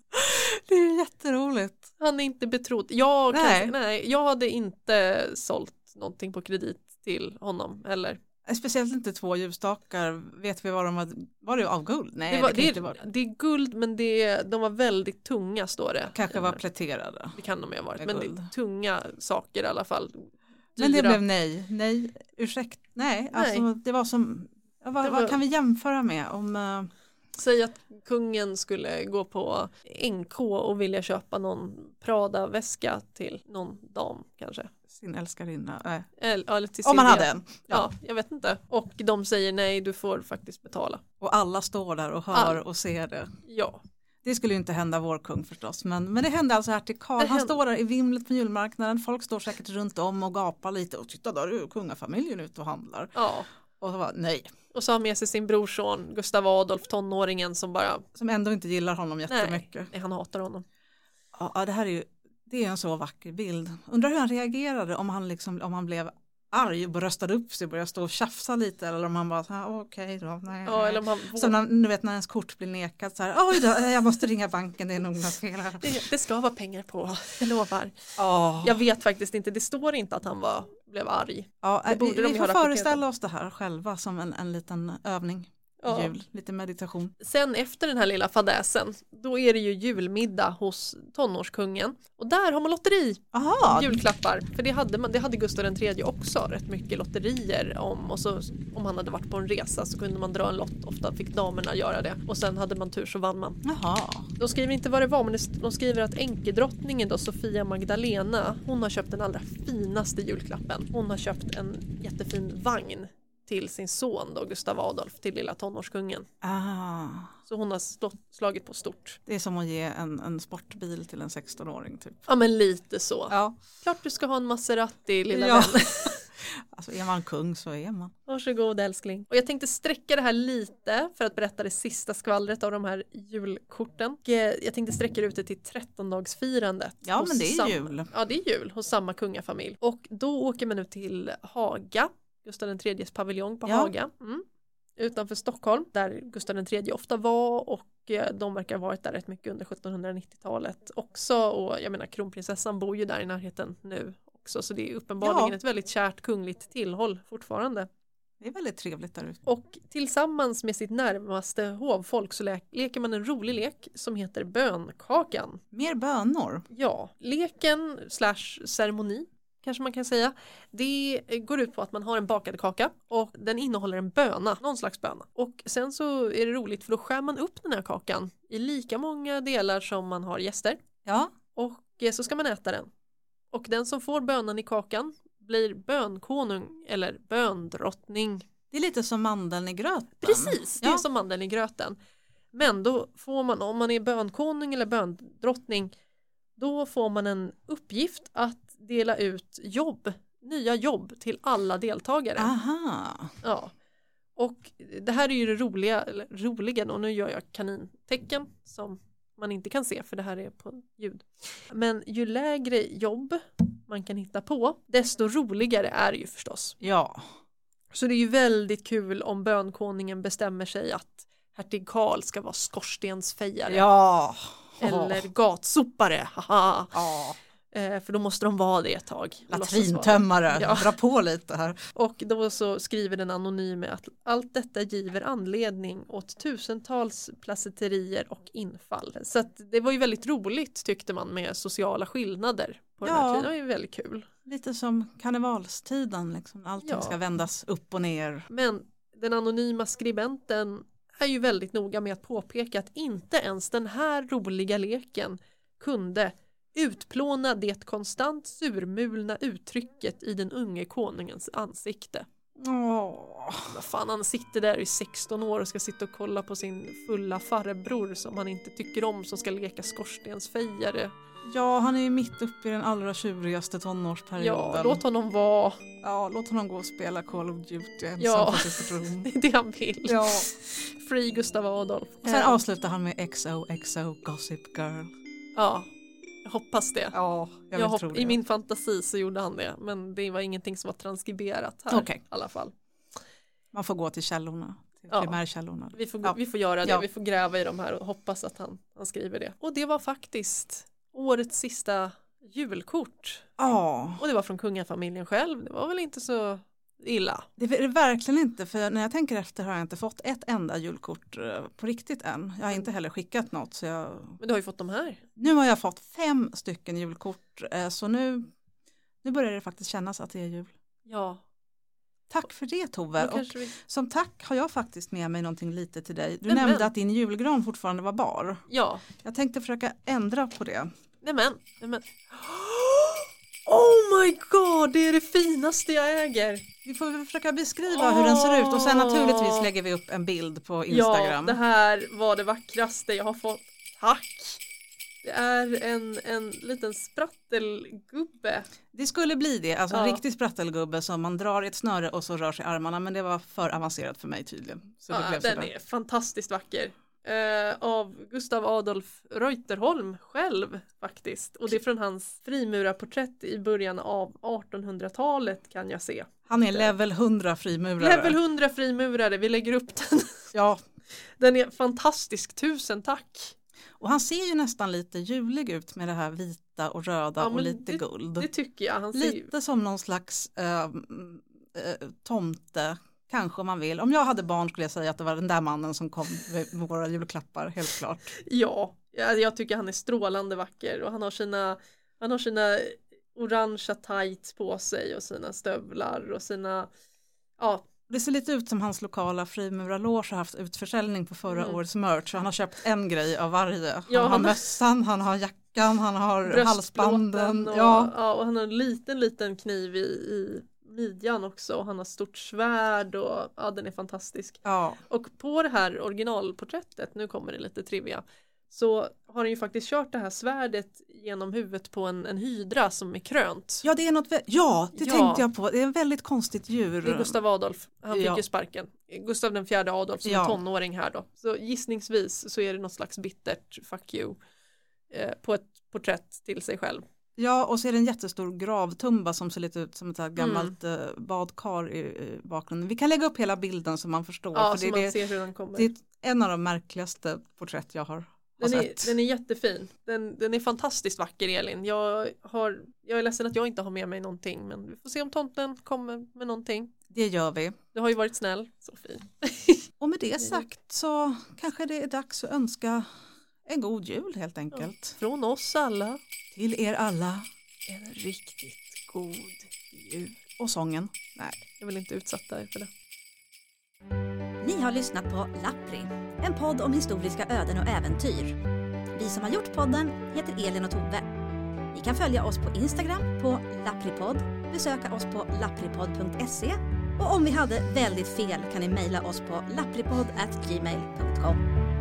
Det är jätteroligt. Han är inte betrodd. Jag, nej. Kan, nej, jag hade inte sålt någonting på kredit till honom eller. Speciellt inte två ljusstakar. Vet vi vad de var? Var det av guld? Nej, det, var, det, kan det, inte vara. det är guld, men det, de var väldigt tunga, står det. Kanske var pläterade. Det kan de ju ha varit, med men guld. det är tunga saker i alla fall. Dyra. Men det blev nej. Nej, ursäkt. Nej, nej. Alltså det var som, vad, var... vad kan vi jämföra med om... Uh... Säg att kungen skulle gå på N K och vilja köpa någon Prada-väska till någon dam kanske. Sin älskarinna. Nej. Eller, eller till om man del. hade en. Ja. ja, jag vet inte. Och de säger nej, du får faktiskt betala. Och alla står där och hör All... och ser det. Ja. Det skulle ju inte hända vår kung förstås. Men, men det hände alltså här till Karl. Han hände... står där i vimlet på julmarknaden. Folk står säkert runt om och gapar lite. Och titta, där är kungafamiljen ute och handlar. Ja. Och så var nej. Och så har med sig sin brorson Gustav Adolf, tonåringen som bara... Som ändå inte gillar honom jättemycket. Nej, nej han hatar honom. Ja, det här är ju det är en så vacker bild. Undrar hur han reagerade om han, liksom, om han blev arg och bröstade upp sig och började stå och tjafsa lite. Eller om han bara så här, okej okay, då. Nej, ja, eller om han... Så när, du vet när ens kort blir nekat så här, oj då, jag måste ringa banken, det är nog något fel här. Det, det ska vara pengar på, jag lovar. Oh. Jag vet faktiskt inte, det står inte att han var, blev arg. Ja, vi, vi får föreställa oss det här själva som en, en liten övning. Ja. Jul, lite meditation. Sen efter den här lilla fadäsen, då är det ju julmiddag hos tonårskungen. Och där har man lotteri. Aha. Julklappar. För det hade, man, det hade Gustav den tredje också, rätt mycket lotterier om. Och så, om han hade varit på en resa så kunde man dra en lott. Ofta fick damerna göra det. Och sen hade man tur så vann man. Jaha. De skriver inte vad det var, men de skriver att änkedrottningen då, Sofia Magdalena, hon har köpt den allra finaste julklappen. Hon har köpt en jättefin vagn till sin son då, Gustav Adolf, till lilla tonårskungen. Ah. Så hon har stått, slagit på stort. Det är som att ge en, en sportbil till en sexton-åring typ. Ja, men lite så. Ja. Klart du ska ha en Maserati, lilla ja. vän. Alltså är man kung så är man. Varsågod älskling. Och jag tänkte sträcka det här lite för att berätta det sista skvallret av de här julkorten. Jag tänkte sträcka ut det till trettondagsfirandet. Ja, men det är samma, jul. Ja, det är jul hos samma kungafamilj. Och då åker man ut till Haga. Gustav den tredjes paviljong på ja. Haga. Mm. Utanför Stockholm, där Gustav den tredje ofta var, och de verkar ha varit där rätt mycket under sjuttonhundranittiotalet också. Och jag menar, kronprinsessan bor ju där i närheten nu också, så det är uppenbarligen ja. ett väldigt kärt kungligt tillhåll fortfarande. Det är väldigt trevligt där ute. Och tillsammans med sitt närmaste hovfolk så le- leker man en rolig lek som heter bönkakan. Mer bönor? Ja, leken slash ceremoni kanske man kan säga. Det går ut på att man har en bakad kaka och den innehåller en böna, någon slags böna. Och sen så är det roligt för då skär man upp den här kakan i lika många delar som man har gäster. Ja. Och så ska man äta den. Och den som får bönan i kakan blir bönkonung eller böndrottning. Det är lite som mandeln i gröten. Precis, det ja. är som mandeln i gröten. Men då får man, om man är bönkonung eller böndrottning, då får man en uppgift att dela ut jobb, nya jobb till alla deltagare. Aha. Ja. Och det här är ju det roliga, eller roliga och nu gör jag kanintecken som man inte kan se för det här är på ljud. Men ju lägre jobb man kan hitta på, desto roligare är det ju förstås. Ja. Så det är ju väldigt kul om bönkonungen bestämmer sig att hertig Karl ska vara skorstensfejare. Ja. Eller gatsopare. Haha. Ja. Eh, för då måste de vara det ett tag. Latrintömmare, ja. Dra på lite här. Och då så skriver den anonyme att allt detta giver anledning åt tusentals placeterier och infall. Så att det var ju väldigt roligt tyckte man med sociala skillnader på den ja. här tiden. Det var ju väldigt kul. Lite som karnevalstiden, liksom. Allting ja. ska vändas upp och ner. Men den anonyma skribenten är ju väldigt noga med att påpeka att inte ens den här roliga leken kunde utplåna det konstant surmulna uttrycket i den unge konungens ansikte. Åh. Vad fan, han sitter där i sexton år och ska sitta och kolla på sin fulla farbror som han inte tycker om som ska leka skorstensfejare. Ja, han är ju mitt uppe i den allra tjurigaste tonårsperioden. Ja, låt honom vara. Ja, låt honom gå och spela Call of Duty ensam ja. på sitt rum. Det är det han vill. Ja. Free Gustav Adolf. Och sen avslutar han med X O X O Gossip Girl. Ja, jag hoppas det. Ja, jag, jag vill hopp- tro det. I min fantasi så gjorde han det. Men det var ingenting som var transkriberat här okay. i alla fall. Man får gå till källorna. Till ja. primärkällorna. Vi får, ja. vi får göra det. Ja. Vi får gräva i de här och hoppas att han, han skriver det. Och det var faktiskt årets sista julkort. Ja. Och det var från kungafamiljen själv. Det var väl inte så illa. Det är det verkligen inte, för när jag tänker efter har jag inte fått ett enda julkort på riktigt än. Jag har inte heller skickat något. Så jag... Men du har ju fått de här. Nu har jag fått fem stycken julkort, så nu, nu börjar det faktiskt kännas att det är jul. Ja. Tack för det, Tove. Och vi... som tack har jag faktiskt med mig någonting lite till dig. Du Nämen. nämnde att din julgran fortfarande var bar. Ja. Jag tänkte försöka ändra på det. Nämen, nämen. Oh my god, det är det finaste jag äger. Vi får försöka beskriva oh. hur den ser ut och sen naturligtvis lägger vi upp en bild på Instagram. Ja, det här var det vackraste jag har fått. Tack! Det är en, en liten sprattelgubbe. Det skulle bli det, alltså ja. en riktig sprattelgubbe som man drar i ett snöre och så rör sig armarna, men det var för avancerat för mig tydligen. Så det ja, blev den sådär. är fantastiskt vacker. Uh, av Gustav Adolf Reuterholm själv faktiskt. Och det är från hans frimurarporträtt i början av artonhundratalet kan jag se. Han är level hundra frimurare. Level hundra frimurare, vi lägger upp den. Ja. Den är fantastisk, tusen tack. Och han ser ju nästan lite julig ut med det här vita och röda ja, och lite det, guld. Det tycker jag. Han lite ser... som någon slags äh, äh, tomte. Kanske om man vill. Om jag hade barn skulle jag säga att det var den där mannen som kom med våra julklappar, helt klart. Ja, jag tycker han är strålande vacker och han har sina, han har sina orangea tights på sig och sina stövlar och sina, ja. Det ser lite ut som hans lokala frimurarloge har haft utförsäljning på förra mm. årets merch. Så han har köpt en grej av varje. Han ja, har han... mössan, han har jackan, han har halsbanden. Och, ja. Ja, och han har en liten, liten kniv i, i midjan också och han har stort svärd och ja, den är fantastisk. Ja. Och på det här originalporträttet, nu kommer det lite trivia, så har han ju faktiskt kört det här svärdet genom huvudet på en, en hydra som är krönt. Ja, det är något, ja, det ja. tänkte jag på. Det är ett väldigt konstigt djur. Det är Gustav Adolf, han fick ja. ju sparken. Gustav den fjärde Adolf som ja. är tonåring här då. Så gissningsvis så är det något slags bittert fuck you eh, på ett porträtt till sig själv. Ja, och så är det en jättestor gravtumba som ser lite ut som ett här gammalt mm. badkar i, i bakgrunden. Vi kan lägga upp hela bilden så man förstår. Ja, för så det, man det, ser hur den kommer. Det är en av de märkligaste porträtt jag har, har den sett. Är, den är jättefin. Den, den är fantastiskt vacker, Elin. Jag, har, jag är ledsen att jag inte har med mig någonting, men vi får se om tomten kommer med någonting. Det gör vi. Du har ju varit snäll, Sofie. Och med det sagt så kanske det är dags att önska en god jul helt enkelt. Ja, från oss alla. Till er alla. En riktigt god jul. Och sången. Nej, jag vill inte utsätta er för det. Ni har lyssnat på Lappri, en podd om historiska öden och äventyr. Vi som har gjort podden heter Elin och Tove. Ni kan följa oss på Instagram på lappripodd, besöka oss på lappripodd punkt se och om vi hade väldigt fel kan ni mejla oss på lappripodd at gmail punkt com.